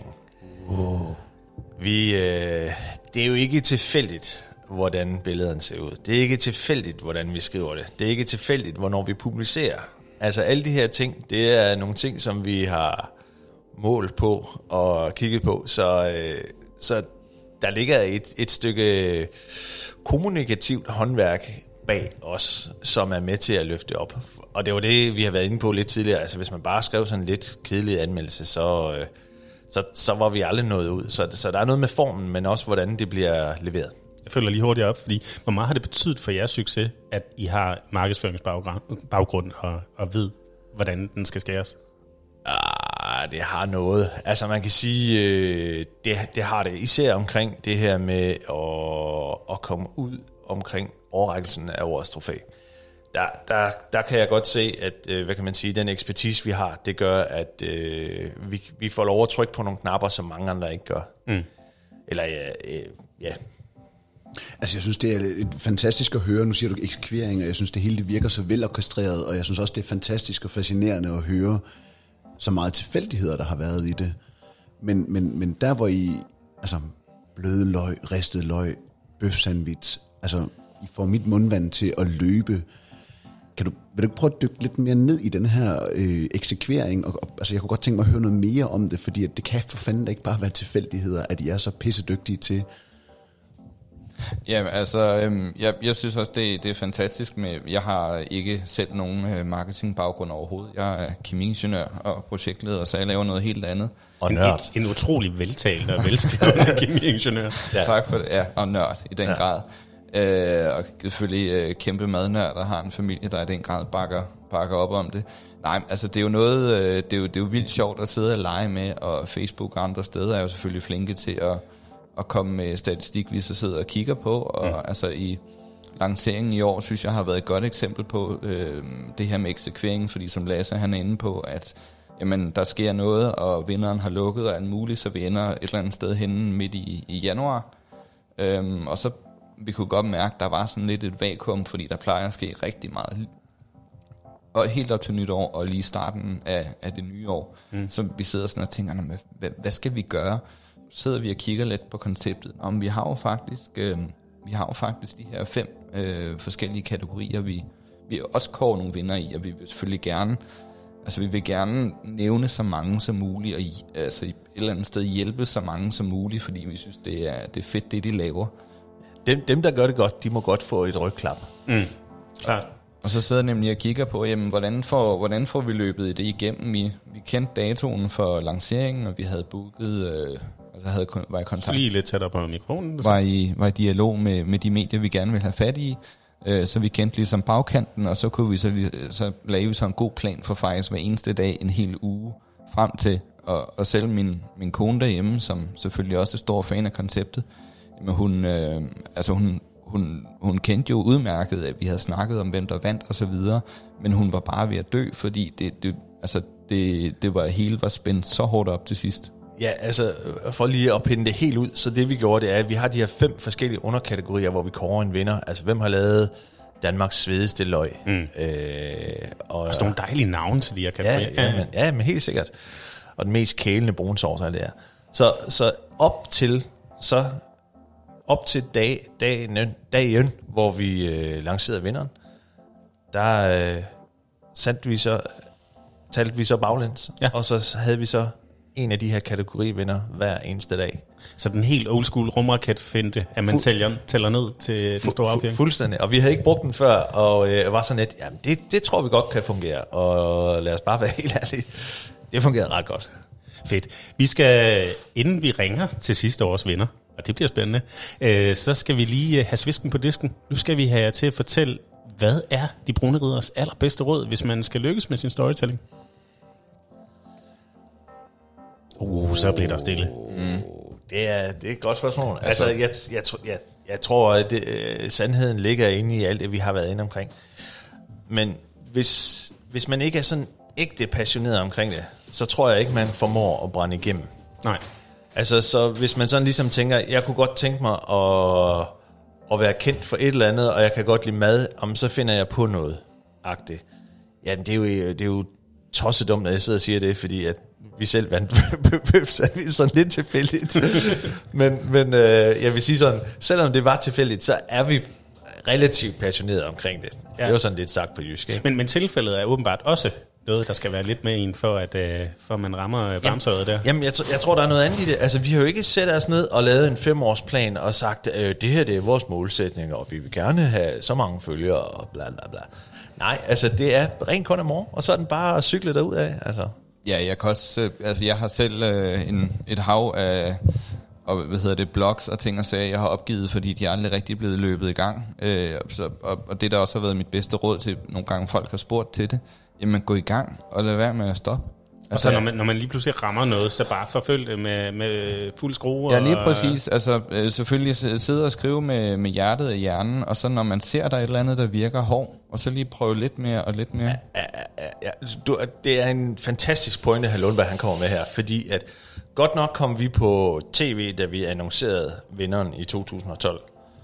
Det er jo ikke tilfældigt, hvordan billederne ser ud. Det er ikke tilfældigt, hvordan vi skriver det. Det er ikke tilfældigt, hvornår vi publicerer. Altså alle de her ting, det er nogle ting, som vi har målt på og kigget på. Så der ligger et stykke kommunikativt håndværk bag os, som er med til at løfte op. Og det var det, vi har været inde på lidt tidligere. Altså hvis man bare skrev sådan en lidt kedelig anmeldelse, så var vi aldrig nået ud. Så der er noget med formen, men også hvordan det bliver leveret. Jeg følger lige hurtigt op, fordi hvor meget har det betydet for jeres succes, at I har markedsføringsbaggrund og ved, hvordan den skal skæres? Det har noget. Altså man kan sige, det har det. Især omkring det her med at komme ud omkring overrækkelsen af årets trofæ. Der kan jeg godt se, at hvad kan man sige, den ekspertise, vi har, det gør, at vi får lov at trykke på nogle knapper, som mange andre ikke gør. Eller ja. Altså, jeg synes, det er et fantastisk at høre. Nu siger du eksekvering, og jeg synes, det hele det virker så velorkestreret, og jeg synes også, det er fantastisk og fascinerende at høre så meget tilfældigheder, der har været i det. Men der, hvor I, altså, bløde løg, ristet løg, bøfsandwich, altså, I får mit mundvand til at løbe. Vil du ikke prøve at dykke lidt mere ned i den her eksekvering? Altså, jeg kunne godt tænke mig at høre noget mere om det, fordi at det kan for fanden da ikke bare være tilfældigheder, at I er så pissedygtige til. Ja, altså, jeg synes også, det er fantastisk med, jeg har ikke selv nogen marketingbaggrund overhovedet. Jeg er kemiingeniør og projektleder, så jeg laver noget helt andet. Og nørd. En utrolig veltalende og velskrevet kemiingeniør. Ja. Tak for det, ja, og nørd i den grad. Og selvfølgelig kæmpe madnørd, der har en familie, der i den grad bakker op om det. Nej, altså det er jo noget, det er jo vildt sjovt at sidde og lege med, og Facebook og andre steder er jo selvfølgelig flinke til at komme med statistik, vi så sidder og kigger på, og altså i lanceringen i år, synes jeg har været et godt eksempel på det her med eksekveringen, fordi som Lasse han er inde på, at jamen, der sker noget, og vinderen har lukket og alt muligt, så vi ender et eller andet sted henne midt i januar. Og så vi kunne godt mærke, at der var sådan lidt et vakuum, fordi der plejer at ske rigtig meget. Og helt op til nytår, og lige starten af det nye år. Så vi sidder sådan og tænker, hvad skal vi gøre? Så sidder vi og kigger lidt på konceptet. Om vi har jo faktisk de her 5 forskellige kategorier, vi også kårer nogle vinder i, og vi vil selvfølgelig gerne, altså vi vil gerne nævne så mange som muligt, og altså et eller andet sted hjælpe så mange som muligt, fordi vi synes, det er fedt, det de laver. Dem, der gør det godt, de må godt få et rygklap. Klart. Og så sidder jeg nemlig og kigger på, jamen, hvordan får vi løbet det igennem? Vi kendte datoen for lanceringen, og vi havde booket, var i kontakt. Lige lidt tættere på mikrofonen. Var i dialog med de medier, vi gerne ville have fat i. Så vi kendte ligesom bagkanten, og så kunne vi så lave vi så en god plan for faktisk hver eneste dag en hel uge frem til. Og selv min kone derhjemme, som selvfølgelig også er stor fan af konceptet, men hun kendte jo udmærket, at vi havde snakket om, hvem der vandt og så videre, men hun var bare ved at dø, fordi det hele var spændt så hårdt op til sidst. Ja, altså for lige at pinde det helt ud, så det vi gjorde, det er, at vi har de her 5 forskellige underkategorier, hvor vi kårer en vinder. Altså hvem har lavet Danmarks svedigste løg? Og sådan nogle dejlige navne til de her kategorier. Ja, men helt sikkert. Og den mest kælende brunsovs af det er. Så op til dagen, hvor vi lancerede vinderen, der talte vi så baglæns, og så havde vi så en af de her kategorivinder hver eneste dag. Så den helt old school rumraketfinte, at man tæller ned til den store affyring. Fuldstændig, og vi havde ikke brugt den før, og var sådan lidt, jamen det tror vi godt kan fungere, og lad os bare være helt ærlige, det fungerede ret godt. Fedt. Vi skal, inden vi ringer til sidste års vinder, og det bliver spændende, så skal vi lige have svisken på disken. Nu skal vi have jer til at fortælle, hvad er de brune ridders allerbedste råd, hvis man skal lykkes med sin storytelling? Så bliver der stille. Det er et godt spørgsmål. Altså, jeg tror, at sandheden ligger inde i alt det, vi har været inde omkring. Men hvis man ikke er sådan ægte passioneret omkring det, så tror jeg ikke, man formår at brænde igennem. Nej. Altså, så hvis man sådan ligesom tænker, jeg kunne godt tænke mig at være kendt for et eller andet, og jeg kan godt lide mad, så finder jeg på noget-agtigt. Ja, det er jo tossedumt, at jeg sidder og siger det, fordi at vi selv vandt sådan lidt tilfældigt. men jeg vil sige sådan, selvom det var tilfældigt, så er vi relativt passionerede omkring det. Ja. Det er jo sådan lidt sagt på jysk, ikke? Men tilfældet er åbenbart også noget, der skal være lidt med en, for man rammer bamsøjet der. Jamen, jeg tror, der er noget andet i det. Altså, vi har jo ikke sat os ned og lavet en 5-årsplan og sagt, det her det er vores målsætning, og vi vil gerne have så mange følgere, og bla bla bla. Nej, altså, det er rent kun af mor, og så er den bare at cykle derudad, altså. Ja, jeg kan også, altså jeg har selv et hav af blogs og ting og sager, jeg har opgivet, fordi de er aldrig rigtig blevet løbet i gang. Og det der også har været mit bedste råd til nogle gange folk har spurgt til det, jamen gå i gang og lad være med at stoppe. Altså, og så når man lige pludselig rammer noget, så bare forfølg det med fuld skrue. Ja, lige præcis. Altså selvfølgelig sidde og skrive med hjertet i hjernen, og så når man ser der et eller andet, der virker hård, og så lige prøve lidt mere og lidt mere. Ja. Det er en fantastisk pointe, hr. Lundberg han kommer med her, fordi at godt nok kom vi på tv, da vi annoncerede vinderen i 2012.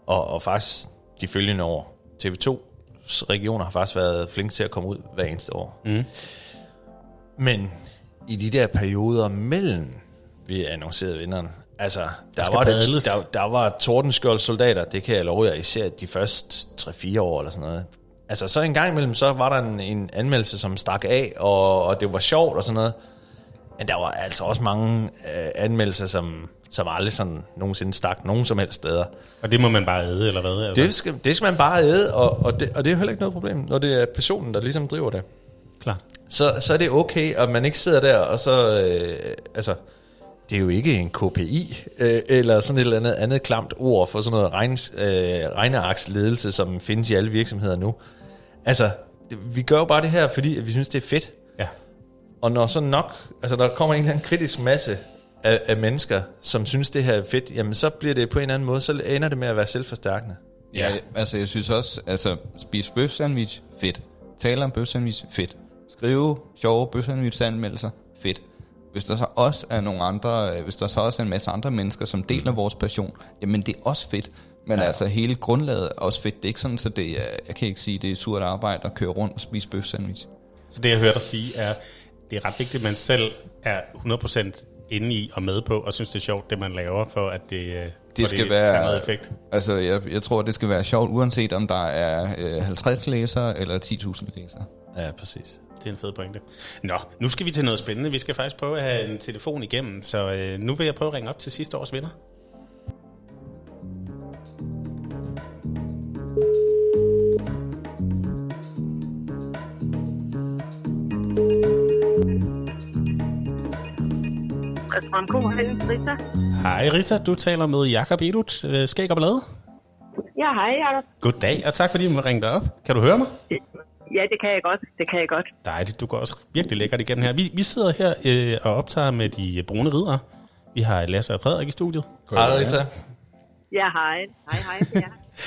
Og faktisk de følgende år. TV2's regioner har faktisk været flinke til at komme ud hver eneste år. Mm. Men i de der perioder mellem vi annoncerede vinderen, altså der var Tordenskjold-soldater, det kan jeg love jer, især de første 3-4 år eller sådan noget. Altså så en gang imellem, så var der en anmeldelse, som stak af, og det var sjovt og sådan noget. Men der var altså også mange anmeldelser, som aldrig sådan nogensinde stak nogen som helst steder. Og det må man bare æde, eller hvad? Altså? Det skal man bare æde, og det er jo heller ikke noget problem, når det er personen, der ligesom driver det. Klart. Så er det okay, at man ikke sidder der, og så... altså, det er jo ikke en KPI, eller sådan et eller andet klamt ord for sådan noget regnearksledelse, som findes i alle virksomheder nu. Altså, vi gør jo bare det her, fordi vi synes, det er fedt. Ja. Og når så nok, altså der kommer en eller anden kritisk masse af mennesker, som synes, det her er fedt, jamen så bliver det på en eller anden måde, så ender det med at være selvforstærkende. Ja, altså jeg synes også, altså spise bøfsandwich, fedt. Tale om bøfsandwich, fedt. Skrive sjove bøfsandwich-anmeldelser, fedt. Hvis der så også er nogle andre, hvis der så også er en masse andre mennesker, som deler vores passion, jamen det er også fedt. Men altså hele grundlaget er også fedt. Det er ikke sådan, så det er, jeg kan ikke sige, det er surt arbejde at køre rundt og spise bøfsandwich. Så det jeg hørte dig sige er, det er ret vigtigt, at man selv er 100% inde i og med på, og synes det er sjovt, det man laver, for at det skal være noget effekt. Altså jeg tror, det skal være sjovt, uanset om der er 50 læsere eller 10.000 læsere. Ja, præcis. Det er en fed pointe. Nå, nu skal vi til noget spændende. Vi skal faktisk prøve at have en telefon igennem, så nu vil jeg prøve at ringe op til sidste års vinder. Rita. Hej Rita, du taler med Jakob Edut, Skæg og Ballade. Ja, hej Jakob. Goddag, og tak fordi du må ringe dig op. Kan du høre mig? Ja, det kan jeg godt. Dejligt, du går også virkelig lækkert igennem her. Vi sidder her og optager med de brune riddere. Vi har Lasse og Frederik i studiet. Hej Rita. Ja, hej. Ja.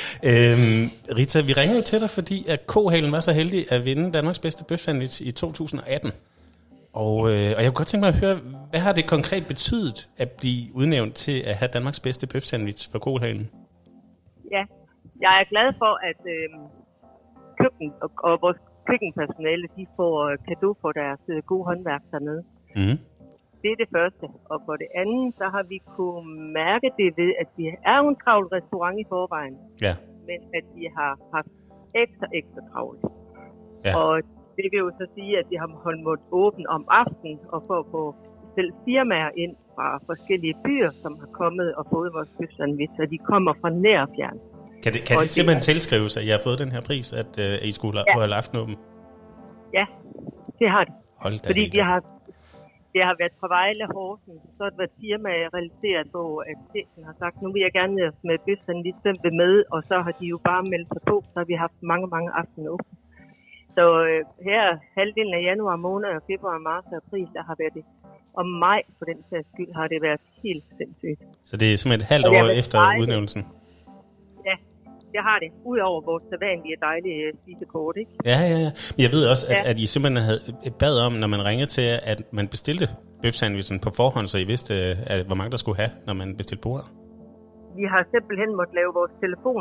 Rita, vi ringer jo til dig, fordi at Kohalen var så heldig at vinde Danmarks bedste bøfsandwich i 2018. Og jeg kunne godt tænke mig at høre, hvad har det konkret betydet at blive udnævnt til at have Danmarks bedste bøfsandwich for Kohalen? Ja, jeg er glad for, at køkken og vores køkkenpersonale, de får cadeau for deres gode håndværk dernede. Mm. Det er det første. Og for det andet, så har vi kunne mærke det ved, at vi er en travl restaurant i forvejen. Ja. Men at vi har haft ekstra travlt. Ja. Og det vil jo så sige, at vi har holdt måttet åbent om aftenen, og for at få selv firmaer ind fra forskellige byer, som har kommet og fået vores bøfsandwich, og de kommer fra nær og fjern. Kan det simpelthen tilskrives, at jeg har fået den her pris, at I skulle holde aftenåben? Ja, det har det. Hold da. Fordi det har været fra Vejle Horsen, så har det været firma realiseret på, at chefen har sagt, nu vil jeg gerne med bøfsandwich simpelthen med, og så har de jo bare meldt sig på, så har vi haft mange aftener åbne. Så her halvdelen af januar måned, og februar, marts og april, der har været det. Og maj, for den sags skyld, har det været helt sindssygt. Så det er simpelthen et halvt år efter udnævnelsen? Ja, det har det. Udover vores sædvanlige dejlige spisekort, ikke? Ja. Men jeg ved også, at I simpelthen havde bad om, når man ringede til, at man bestilte bøfsandwichen på forhånd, så I vidste, hvor mange der skulle have, når man bestilte bordet. Vi har simpelthen måttet lave vores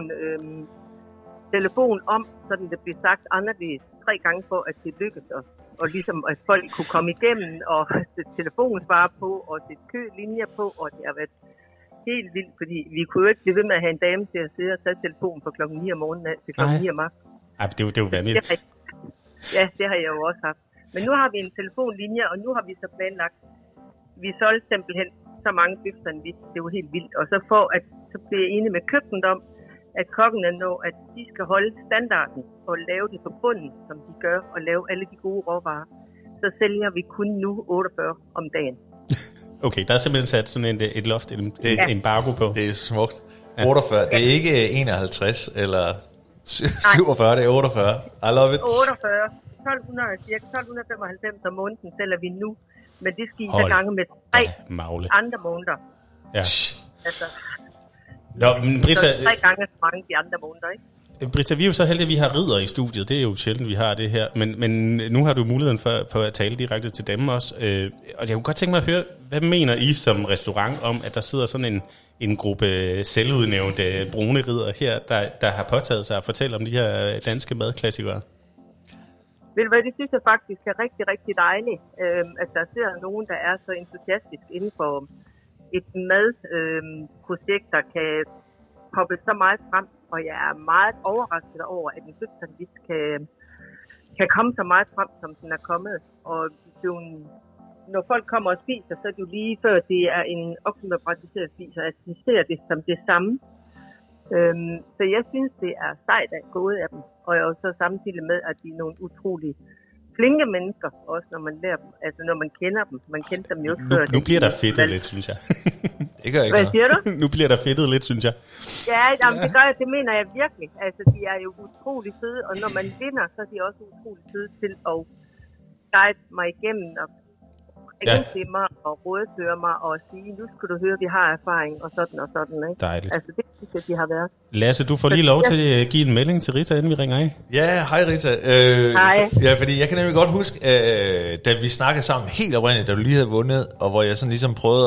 telefon om, så det bliver sagt anderledes 3 gange for, at det lykkedes os. Og ligesom, at folk kunne komme igennem og sætte telefonsvarer på, og sætte kølinjer på, og det har været helt vildt, fordi vi kunne jo ikke blive ved med at have en dame til at sidde og tage telefonen fra klokken 9 om morgenen til klokken 9 om aftenen. Ej, det er jo vanvittigt. Ja, det har jeg jo også haft. Men nu har vi en telefonlinje, og nu har vi så planlagt. Vi solgte simpelthen så mange bøfsandwich, det var helt vildt. Og så bliver jeg enig med køkkenet om, at kokkene når, at de skal holde standarden og lave det på bunden, som de gør, og lave alle de gode råvarer. Så sælger vi kun nu 48 om dagen. Okay, der er simpelthen sat sådan et loft, en embargo på. Det er smukt. 48, det er ikke 51 eller 47, det er 48. I love it. 48, 1295 om måneden sælger vi nu, men det skal I så gange med 3 andre måneder. Ja. Altså... Nå, men Britta, 3 gange så mange de andre måneder, ikke? Britta, vi er jo så heldige, at vi har ridder i studiet. Det er jo sjældent, vi har det her. Men nu har du muligheden for at tale direkte til dem også. Og jeg kunne godt tænke mig at høre, hvad mener I som restaurant om, at der sidder sådan en gruppe selvudnævnte brune ridder her, der har påtaget sig at fortælle om de her danske madklassikere? Ved du hvad, det synes jeg faktisk er rigtig, rigtig dejligt, at der sidder nogen, der er så entusiastisk inden for et madprojekt, der kan poppe så meget frem. Og jeg er meget overrasket over, at en bøfsandwich kan komme så meget frem, som den er kommet. Og når folk kommer og spiser, så er det jo lige før det er en oksemørbratiseret spiser, at de ser det som det samme. Så jeg synes, det er sejt at gå ud af dem. Og jeg er jo så samtidig med, at de er nogle utrolig flinke mennesker, også når man lærer dem, altså når man kender dem. Man kender dem jo før. Nu bliver der fedtet lidt, synes jeg. Det gør ikke. Hvad siger du? Nu bliver der fedtet lidt, synes jeg. Ja, jamen, det gør jeg, det mener jeg virkelig. Altså, de er jo utrolig fede, og når man vinder, så er de også utrolig fede til at guide mig igennem og ringe til mig og rådføre mig og sige, nu skal du høre, vi har erfaring og sådan og sådan. Ikke? Dejligt. Altså, det synes jeg, de har været. Lasse, du får lige lov til at give en melding til Rita, inden vi ringer af. Ja, hej Rita. Hej. Ja, fordi jeg kan nemlig godt huske, da vi snakkede sammen helt oprindeligt, da du lige havde vundet, og hvor jeg sådan ligesom prøvede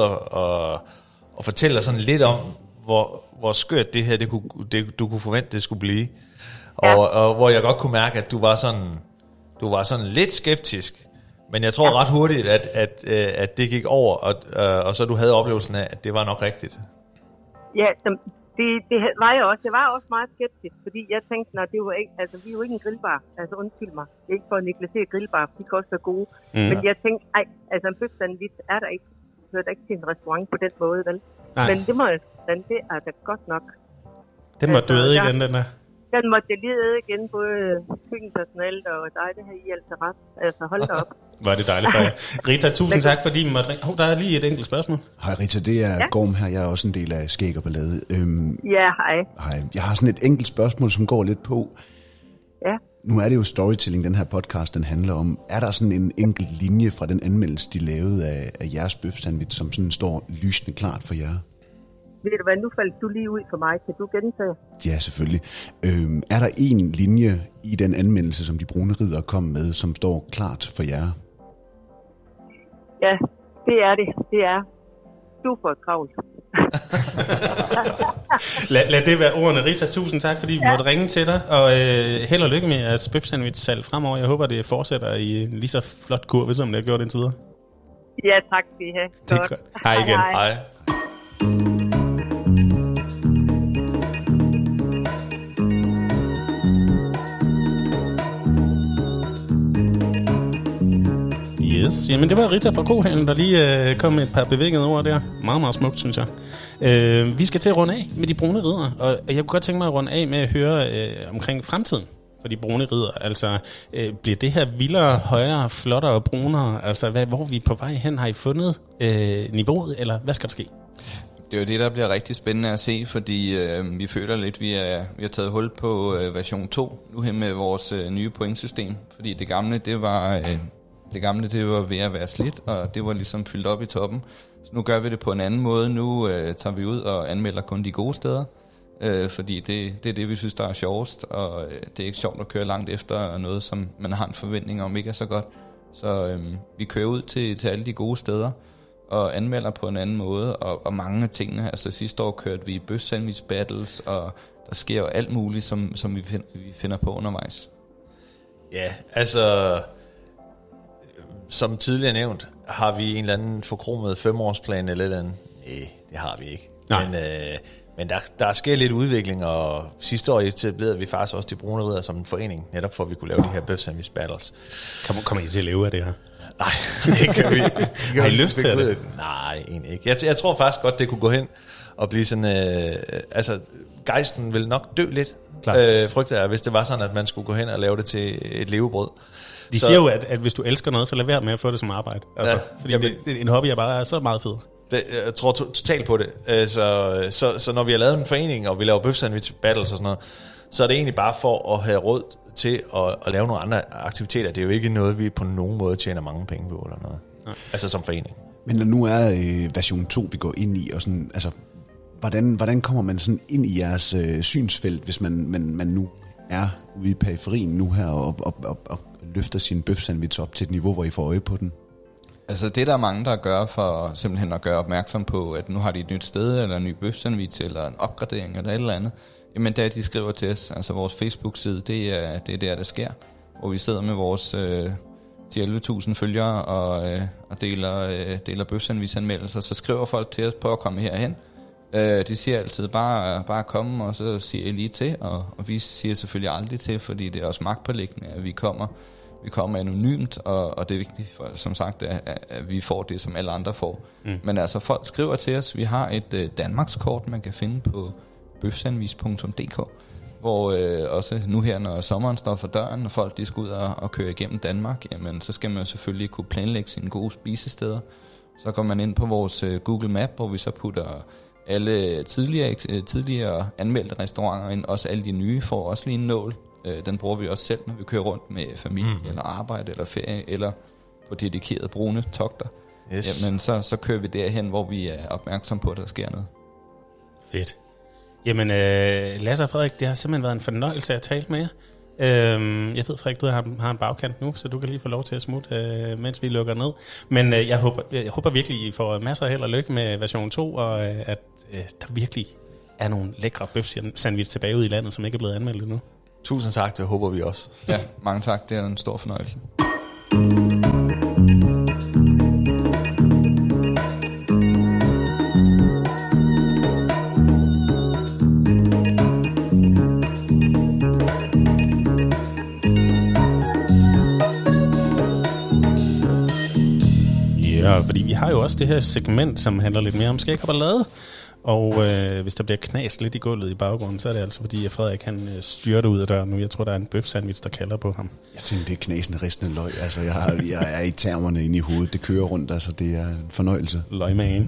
at fortælle dig sådan lidt om, hvor skørt det her, du kunne forvente, det skulle blive. Og hvor jeg godt kunne mærke, at du var sådan lidt skeptisk. Men jeg tror ret hurtigt, at det gik over, og så du havde oplevelsen af, at det var nok rigtigt. Ja, det var jeg også. Jeg var også meget skeptisk, fordi jeg tænkte, at det var ikke, altså, vi er jo ikke en grillbar. Altså undskyld mig. Det er ikke for at negligere grillbar, de kan også være gode. Men jeg tænkte, altså en bøfsandwich er der ikke. Hører der ikke til en restaurant på den måde, vel? Nej. Men det må jeg sige, det er da godt nok. Den måtte du æde igen, den der. Den måtte jeg lige æde igen, både køkkenpersonalet og dig, det her i alt til ret. Altså hold da op. Var det dejligt for jer. Rita, tusind tak, fordi I måtte ringe. Der er lige et enkelt spørgsmål. Hej Rita, det er Gorm her. Jeg er også en del af Skæg og Ballade. Ja, hej. Hej. Jeg har sådan et enkelt spørgsmål, som går lidt på. Ja. Nu er det jo storytelling, den her podcast, den handler om. Er der sådan en enkelt linje fra den anmeldelse, de lavede af jeres bøfsandwich, som sådan står lysende klart for jer? Ved du hvad, nu faldt du lige ud for mig. Kan du gentage? Ja, selvfølgelig. Er der en linje i den anmeldelse, som de brune ridder kom med, som står klart for jer? Ja, det er det. Det er super travlt. Lad det være ordene. Rita, tusind tak, fordi vi måtte ringe til dig, og held og lykke med jeres bøfsandwich-salg fremover. Jeg håber, det fortsætter i en lige så flot kurve, som det har gjort indtil videre. Ja, tak skal I have. Det er godt. Hej igen. Hej. Yes, jamen det var Rita fra Kohallen, der lige kom med et par bevægede ord der. Meget, meget smukt, synes jeg. Vi skal til at runde af med de brune ridder, og jeg kunne godt tænke mig at runde af med at høre omkring fremtiden for de brune ridder. Altså, bliver det her vildere, højere, flottere og brunere? Altså, hvor er vi på vej hen? Har I fundet niveauet, eller hvad skal der ske? Det er jo det, der bliver rigtig spændende at se, fordi vi føler lidt, vi har taget hul på version 2 nu her med vores nye pointsystem. Fordi det gamle, det var ved at være slidt, og det var ligesom fyldt op i toppen. Så nu gør vi det på en anden måde. Nu tager vi ud og anmelder kun de gode steder, fordi det er det, vi synes, der er sjovest, og det er ikke sjovt at køre langt efter noget, som man har en forventning om ikke er så godt. Så vi kører ud til alle de gode steder, og anmelder på en anden måde, og mange af tingene. Altså sidste år kørte vi bøf sandwich battles, og der sker jo alt muligt, som vi finder på undervejs. Ja, altså som tidligere nævnt, har vi en eller anden forkromet 5-årsplan eller andet? Nej, det har vi ikke. Men der sker lidt udvikling, og sidste år etablerede vi faktisk også de brune ridder som en forening, netop for at vi kunne lave de her bøf sandwich battles. Kommer I til at leve af det her? Nej, det kan vi ikke. Har I lyst til det? Nej, egentlig ikke. Jeg tror faktisk godt, det kunne gå hen og blive sådan... altså, gejsten vil nok dø lidt, frygter jeg, hvis det var sådan, at man skulle gå hen og lave det til et levebrød. De siger jo, at hvis du elsker noget, så lad være med at få det som arbejde. Altså, fordi en hobby er bare så meget fed. Jeg tror totalt på det. Så når vi har lavet en forening, og vi laver bøf sandwich battles og sådan noget, så er det egentlig bare for at have råd til at lave nogle andre aktiviteter. Det er jo ikke noget, vi på nogen måde tjener mange penge på eller noget. Ja. Altså som forening. Men når nu er version 2, vi går ind i, og sådan, altså, Hvordan kommer man sådan ind i jeres synsfelt, hvis man nu er ude i periferien nu her og løfter sin bøfsandwich op til et niveau, hvor I får øje på den? Altså det der er mange, der gør for simpelthen at gøre opmærksom på, at nu har de et nyt sted, eller en ny bøfsandwich, eller en opgradering, eller et eller andet. Jamen der de skriver til os, altså vores Facebook-side, det er der det sker. Hvor vi sidder med vores 11.000 følgere og deler bøfsandwich-anmeldelser. Så skriver folk til os på at komme herhen. De siger altid bare komme, og så siger I lige til, og vi siger selvfølgelig aldrig til, fordi det er også magtpåliggende, at vi kommer anonymt, og det er vigtigt, for, som sagt, at vi får det, som alle andre får. Men altså, folk skriver til os, vi har et Danmarkskort, man kan finde på bøfsandwich.dk, hvor også nu her, når sommeren står for døren, og folk de skal ud og køre igennem Danmark, jamen så skal man selvfølgelig kunne planlægge sine gode spisesteder. Så går man ind på vores Google Map, hvor vi så putter alle tidligere anmeldte restauranter ind, også alle de nye får også lige en nål. Den bruger vi også selv, når vi kører rundt med familie, eller arbejde, eller ferie, eller på dedikerede brune togter. Yes. Jamen så kører vi derhen, hvor vi er opmærksom på, at der sker noget. Fedt. Jamen, Lasse og Frederik, det har simpelthen været en fornøjelse at tale med jer. Jeg ved, Frederik, du har en bagkant nu, så du kan lige få lov til at smutte, mens vi lukker ned. Men jeg håber virkelig, I får masser af held og lykke med version 2, og at der virkelig er nogle lækre bøfsandwich tilbage ude i landet, som ikke er blevet anmeldt endnu. Tusind tak, det håber vi også. Ja, mange tak. Det er en stor fornøjelse. Ja, fordi vi har jo også det her segment, som handler lidt mere om skæg og ballade. Og hvis der bliver knast lidt i gulvet i baggrunden, så er det altså fordi, at Frederik han styrter ud af døren nu. Jeg tror, der er en bøfsandwich, der kalder på ham. Jeg tænker, det er knasende, ristende løg. Altså, jeg er i termerne inde i hovedet. Det kører rundt, altså det er en fornøjelse. Løgmagen.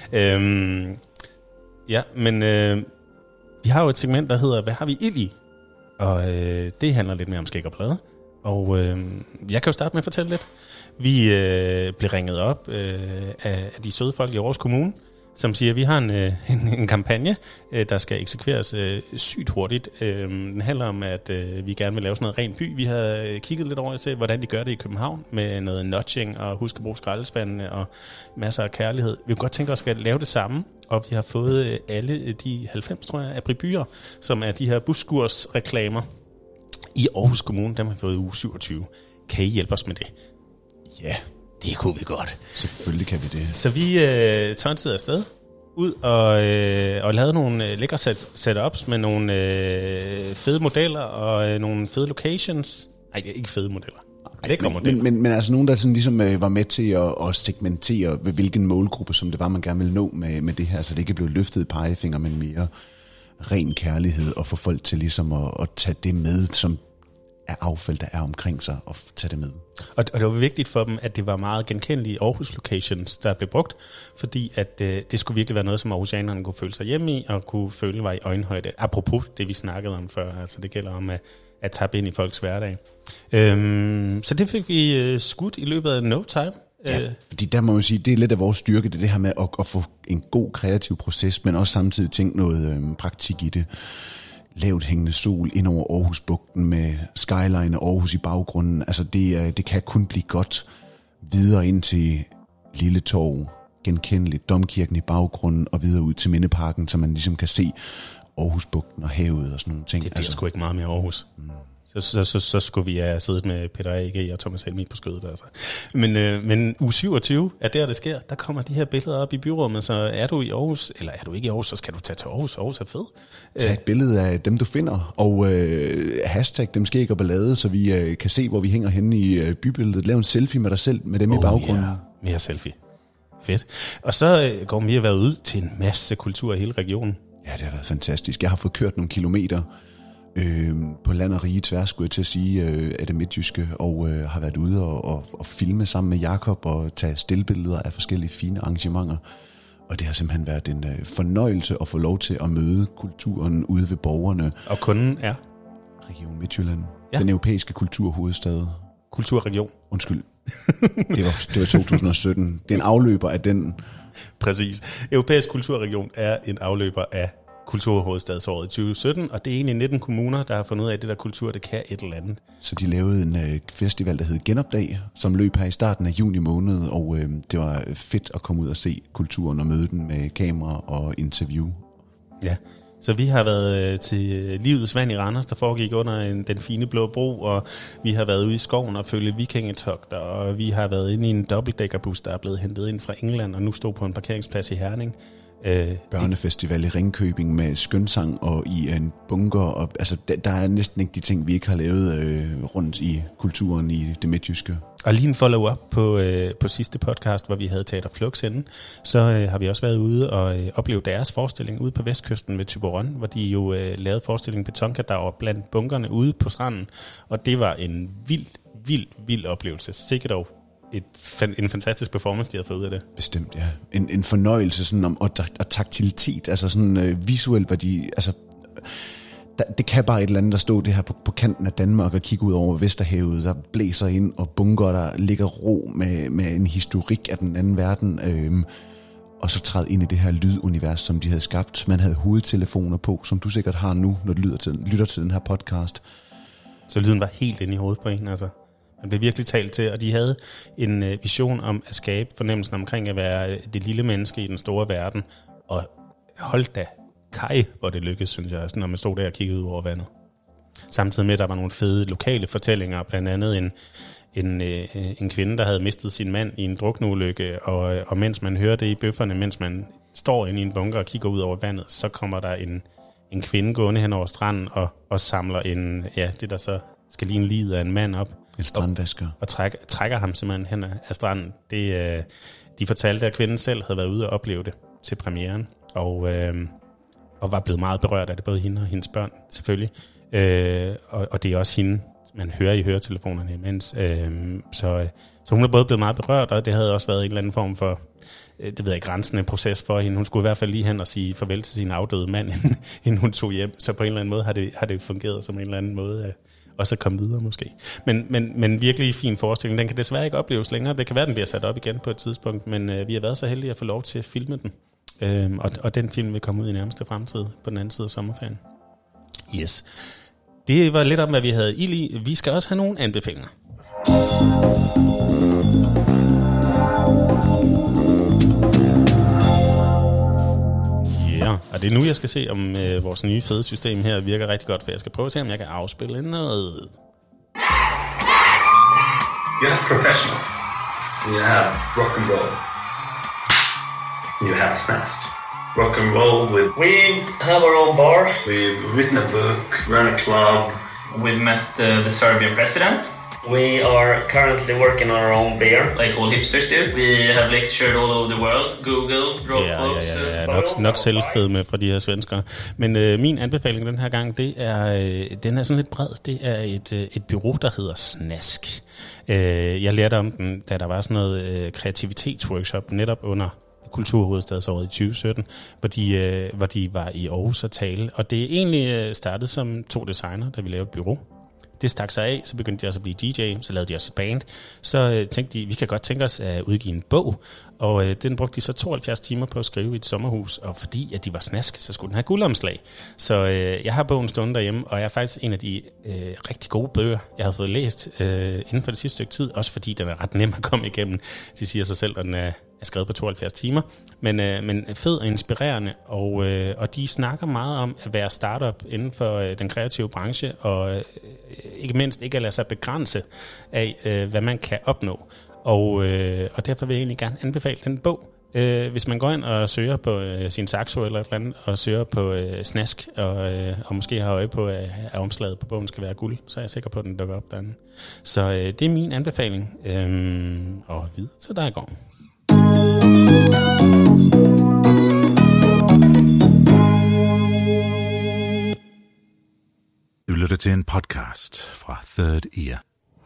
Ja, men vi har jo et segment, der hedder, hvad har vi ild i? Og det handler lidt mere om skæg og ballade. Og jeg kan jo starte med at fortælle lidt. Vi blev ringet op af de søde folk i Aarhus Kommune, som siger, at vi har en kampagne, der skal eksekveres sygt hurtigt. Den handler om, at vi gerne vil lave sådan noget ren by. Vi har kigget lidt over til, hvordan de gør det i København, med noget nudging og husk at bruge skraldespandene og masser af kærlighed. Vi kunne godt tænke os at lave det samme, og vi har fået alle de 90, tror jeg, abribyer, som er de her buskursreklamer i Aarhus Kommune. Dem har vi fået i uge 27. Kan I hjælpe os med det? Ja, det kunne vi godt. Selvfølgelig kan vi det. Så vi tørnede afsted ud og lavede nogle lækre setups med nogle fede modeller og nogle fede locations. Nej, ikke fede modeller. Men altså nogen, der sådan ligesom var med til at segmentere, ved hvilken målgruppe, som det var, man gerne ville nå med det her, så det ikke blev løftet pegefinger, men mere ren kærlighed, og få folk til ligesom at tage det med, som er affald, der er omkring sig, og tage det med. Og det var vigtigt for dem, at det var meget genkendelige Aarhus locations, der blev brugt, fordi at det skulle virkelig være noget, som aarhusianerne kunne føle sig hjemme i, og kunne føle var i øjenhøjde. Apropos det, vi snakkede om før, altså det gælder om at tappe ind i folks hverdag. Så det fik vi skudt i løbet af no time. Ja, fordi der må man sige, det er lidt af vores styrke, det her med at få en god kreativ proces, men også samtidig tænke noget praktik i det. Lavt hængende sol ind over Aarhusbugten med skyline af Aarhus i baggrunden. Altså det kan kun blive godt videre ind til Lille Torv, genkendeligt Domkirken i baggrunden og videre ud til Mindeparken, så man ligesom kan se Aarhusbugten og havet og sådan nogle ting. Det bliver sgu ikke meget mere Aarhus. Så skulle vi have siddet med Peter A.G. og Thomas Helmig på skødet. Altså. Men uge 27 er der sker. Der kommer de her billeder op i byrummet, så er du i Aarhus, eller er du ikke i Aarhus, så skal du tage til Aarhus. Aarhus er fed. Tag et billede af dem, du finder, og hashtag dem skæg og ballade, så vi kan se, hvor vi hænger henne i bybilledet. Lav en selfie med dig selv, med dem i baggrunden. Yeah. Mere selfie. Fedt. Og så går vi at være ude til en masse kultur i hele regionen. Ja, det har været fantastisk. Jeg har fået kørt nogle kilometer på land og rige tværs, skulle jeg til at sige, af det midtjyske, og har været ude og filme sammen med Jakob og tage stillbilleder af forskellige fine arrangementer. Og det har simpelthen været en fornøjelse at få lov til at møde kulturen ude ved borgerne. Og kunden er? Region Midtjylland. Ja. Den europæiske kulturhovedstad. Kulturregion. Undskyld. Det var 2017. Det er en afløber af den Præcis. Europæisk Kulturregion er en afløber af Kulturhovedstadsåret 2017, og det er egentlig 19 kommuner, der har fundet ud af, at det der kultur, det kan et eller andet. Så de lavede en festival, der hed Genopdag, som løb her i starten af juni måned, og det var fedt at komme ud og se kulturen og møde den med kamera og interview. Ja, så vi har været til Livets Vand i Randers, der foregik under den fine blå bro, og vi har været ude i skoven og følge vikingetogter, og vi har været inde i en dobbeltdækkerbus, der er blevet hentet ind fra England, og nu stod på en parkeringsplads i Herning. Børnefestival i Ringkøbing med skønsang og i en bunker. Og, altså, der er næsten ikke de ting, vi ikke har lavet rundt i kulturen i det midtjyske. Og lige en follow-up på sidste podcast, hvor vi havde Teater Flux inden, så har vi også været ude og opleve deres forestilling ude på vestkysten ved Thyborøn, hvor de jo lavede forestillingen Betonkadaver blandt bunkerne ude på stranden. Og det var en vild oplevelse. Sikkert dog en fantastisk performance, de har fået ud af det. Bestemt, ja. En fornøjelse sådan og taktilitet, altså sådan visuelt, hvor de, altså, det kan bare et eller andet, der stå det her på kanten af Danmark og kigge ud over Vesterhavet, der blæser ind, og bunker, der ligger ro med en historik af den anden verden, og så træde ind i det her lydunivers, som de havde skabt. Man havde hovedtelefoner på, som du sikkert har nu, når du lytter til den her podcast. Så lyden var helt inde i hovedet på en, altså. Man blev virkelig talt til, og de havde en vision om at skabe fornemmelsen omkring at være det lille menneske i den store verden. Og hold da kaj, hvor det lykkedes, synes jeg, når man stod der og kiggede ud over vandet. Samtidig med, at der var nogle fede lokale fortællinger, blandt andet en kvinde, der havde mistet sin mand i en drukneulykke, og mens man hører det i bøfferne, mens man står inde i en bunker og kigger ud over vandet, så kommer der en kvinde gående hen over stranden og samler det der så skal ligne liget af en mand op. En strandvasker. Og trækker ham simpelthen hen af stranden. De fortalte, at kvinden selv havde været ude og opleve det til premieren, og var blevet meget berørt af det, både hende og hendes børn, selvfølgelig. Og det er også hende, man hører i høretelefonerne imens. Så hun er både blevet meget berørt, og det havde også været en eller anden form for, det ved jeg, grænsende proces for hende. Hun skulle i hvert fald lige hen og sige farvel til sin afdøde mand, inden hun tog hjem. Så på en eller anden måde har det fungeret som en eller anden måde og så komme videre måske. Men virkelig fin forestilling. Den kan desværre ikke opleves længere. Det kan være, den bliver sat op igen på et tidspunkt, men vi har været så heldige at få lov til at filme den. Og den film vil komme ud i nærmeste fremtid på den anden side af sommerferien. Yes. Det var lidt om, hvad vi havde i. Vi skal også have nogle anbefalinger. Ja, og det er nu, jeg skal se, om vores nye fede system her virker rigtig godt, for jeg skal prøve at se, om jeg kan afspille noget. You have professional, you have rock and roll, you have smashed. Rock and roll we have our own bar, we've written a book, run a club, we've met the Serbian president. We are currently working on our own beer, like all hipsters do. We have lectured all over the world. Google, Dropbox. Ja. Nok selvfedme fra de her svenskere. Men min anbefaling den her gang, den er sådan lidt bred. Det er et bureau, der hedder Snask. Jeg lærte om den, da der var sådan noget kreativitetsworkshop netop under Kulturhovedstadsåret i 2017, hvor de var i Aarhus at tale. Og det er egentlig startet som 2 designer, da vi lavede et bureau. Det stak sig af, så begyndte de også at blive DJ, så lavede de også et band. Så tænkte de, vi kan godt tænke os at udgive en bog, og den brugte de så 72 timer på at skrive i et sommerhus, og fordi at de var snask, så skulle den have guldomslag. Så jeg har bogen stående derhjemme, og jeg er faktisk en af de rigtig gode bøger, jeg har fået læst inden for det sidste stykke tid, også fordi den er ret nem at komme igennem. De siger sig selv, at den er skrevet på 72 timer, men fed og inspirerende, og de snakker meget om at være startup inden for den kreative branche, og ikke mindst ikke at lade sig begrænse af, hvad man kan opnå. Og derfor vil jeg egentlig gerne anbefale den bog. Hvis man går ind og søger på sin Saxo eller et eller andet, og søger på Snask, og måske har øje på, at omslaget på bogen skal være guld, så er jeg sikker på, at den dukker op derinde. Så det er min anbefaling. Og videre til dig i gang. Du lytter til en podcast fra Third Ear.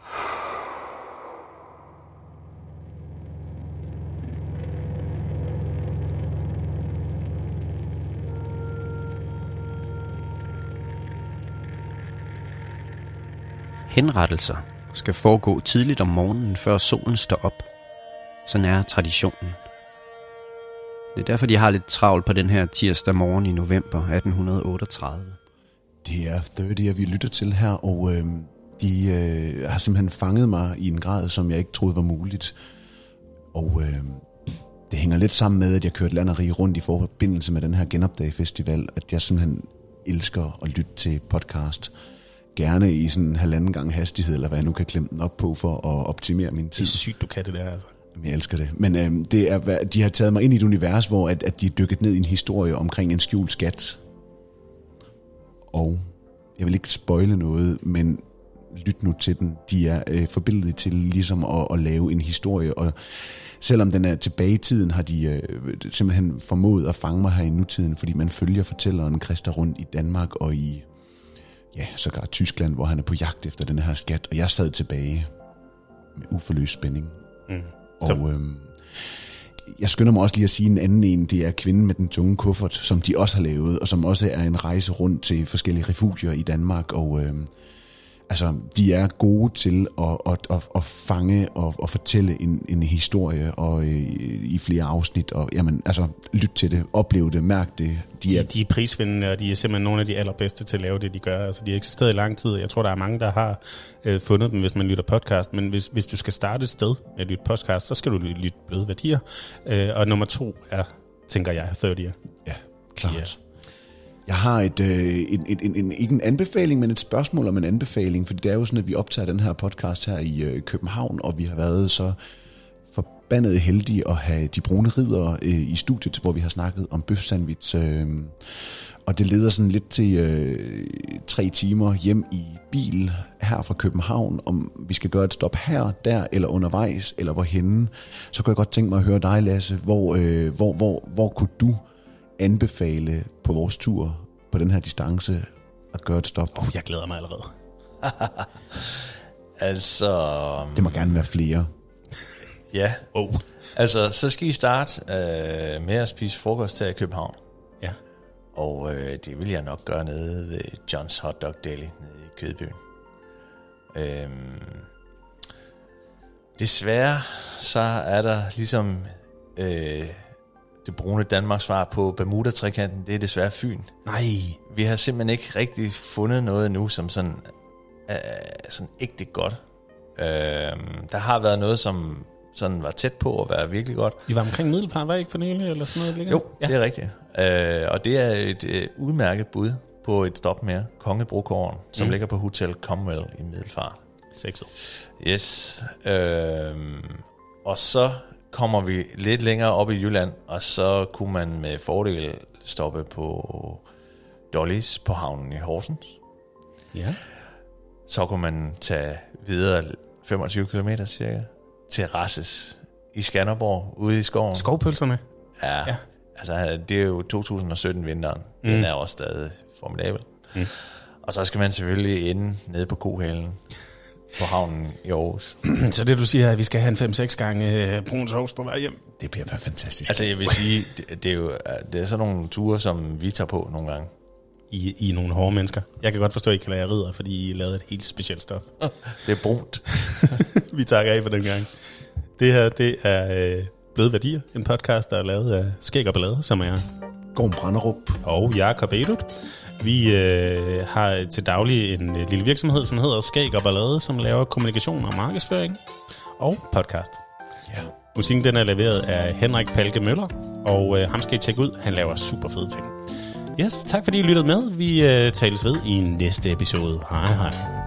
Henrettelser skal foregå tidligt om morgenen, før solen står op. Sådan er traditionen. Det er derfor, de har lidt travlt på den her tirsdag morgen i november 1838. Det er 30, vi lytter til her, og de har simpelthen fanget mig i en grad, som jeg ikke troede var muligt. Og det hænger lidt sammen med, at jeg kørte land og rige rundt i forbindelse med den her Genopdage-festival, at jeg simpelthen elsker at lytte til podcast. Gerne i sådan 1,5 gang hastighed, eller hvad jeg nu kan klemme den op på, for at optimere min tid. Det er sygt, du kan det der, altså. Jeg elsker det. Men de har taget mig ind i et univers, hvor at de er dykket ned i en historie omkring en skjult skat. Og jeg vil ikke spoile noget, men lyt nu til den. De er forbilledet til ligesom at lave en historie, og selvom den er tilbage i tiden, har de simpelthen formået at fange mig her i nutiden, fordi man følger fortælleren Christa rundt i Danmark og i sågar Tyskland, hvor han er på jagt efter den her skat, og jeg sad tilbage med uforløst spænding. Og jeg skynder mig også lige at sige en anden en, det er Kvinden med den tunge kuffert, som de også har lavet, og som også er en rejse rundt til forskellige refugier i Danmark, og de er gode til at fange og fortælle en historie og i flere afsnit, og lyt til det, oplev det, mærk det. De er prisvindende, og de er simpelthen nogle af de allerbedste til at lave det, de gør. Altså, de har eksisteret i lang tid. Jeg tror, der er mange, der har fundet dem, hvis man lytter podcast, men hvis du skal starte et sted med at lytte podcast, så skal du lytte Bløde Værdier. Og nummer 2 er, tænker jeg, 30. Ja, klart. Yeah. Jeg har ikke en anbefaling, men et spørgsmål om en anbefaling, for det er jo sådan, at vi optager den her podcast her i København, og vi har været så forbandet heldige at have De Brune Riddere i studiet, hvor vi har snakket om bøfsandwich, og det leder sådan lidt til 3 timer hjem i bil her fra København, om vi skal gøre et stop her, der eller undervejs, eller hvorhenne. Så kunne jeg godt tænke mig at høre dig, Lasse, hvor kunne du anbefale på vores tur på den her distance at gøre et stop? Jeg glæder mig allerede. Det må gerne være flere. Ja. Så skal I starte med at spise frokost her i København. Ja. Og det vil jeg nok gøre nede ved John's Hot Dog Deli nede i Kødbyen. Desværre så er der ligesom det brune Danmarks svar på Bermuda-trekanten, det er desværre Fyn. Nej. Vi har simpelthen ikke rigtig fundet noget endnu, som sådan ægte godt. Der har været noget, som sådan var tæt på at være virkelig godt. I var omkring Middelfart, var I ikke for nylig, eller sådan noget? Jo, ja. Det er rigtigt. Og det er et udmærket bud på et stop mere, Kongebrokoren, som ligger på Hotel Comwell i Middelfart. Sexet. Yes. Og så kommer vi lidt længere op i Jylland, og så kunne man med fordel stoppe på Dollys på havnen i Horsens. Ja. Så kunne man tage videre 25 km cirka til Rasses i Skanderborg, ude i skoven. Skovpølserne? Ja. Altså, det er jo 2017 vinteren. Den er også stadig formidabel. Og så skal man selvfølgelig ende nede på Kohalen på havnen i Aarhus. Så det du siger, at vi skal have en 5-6 gange brun sovs på vej hjem? Det bliver bare fantastisk. Altså jeg vil sige, det er sådan nogle ture, som vi tager på nogle gange. I nogle hårde mennesker. Jeg kan godt forstå, at I kalder jer ridder, fordi I lavede et helt specielt stof. Det er brunt. Vi takker af for den gang. Det her, det er Bløde Værdier, en podcast, der er lavet af Skæg og Ballade, som er Gorm Branderup og Jakob Edut. Vi har til daglig en lille virksomhed, som hedder Skæg og Ballade, som laver kommunikation og markedsføring og podcast. Ja. Musikken den er leveret af Henrik Palke Møller, og ham skal I tjekke ud. Han laver super fede ting. Yes, tak fordi I lyttede med. Vi tales ved i næste episode. Hej hej.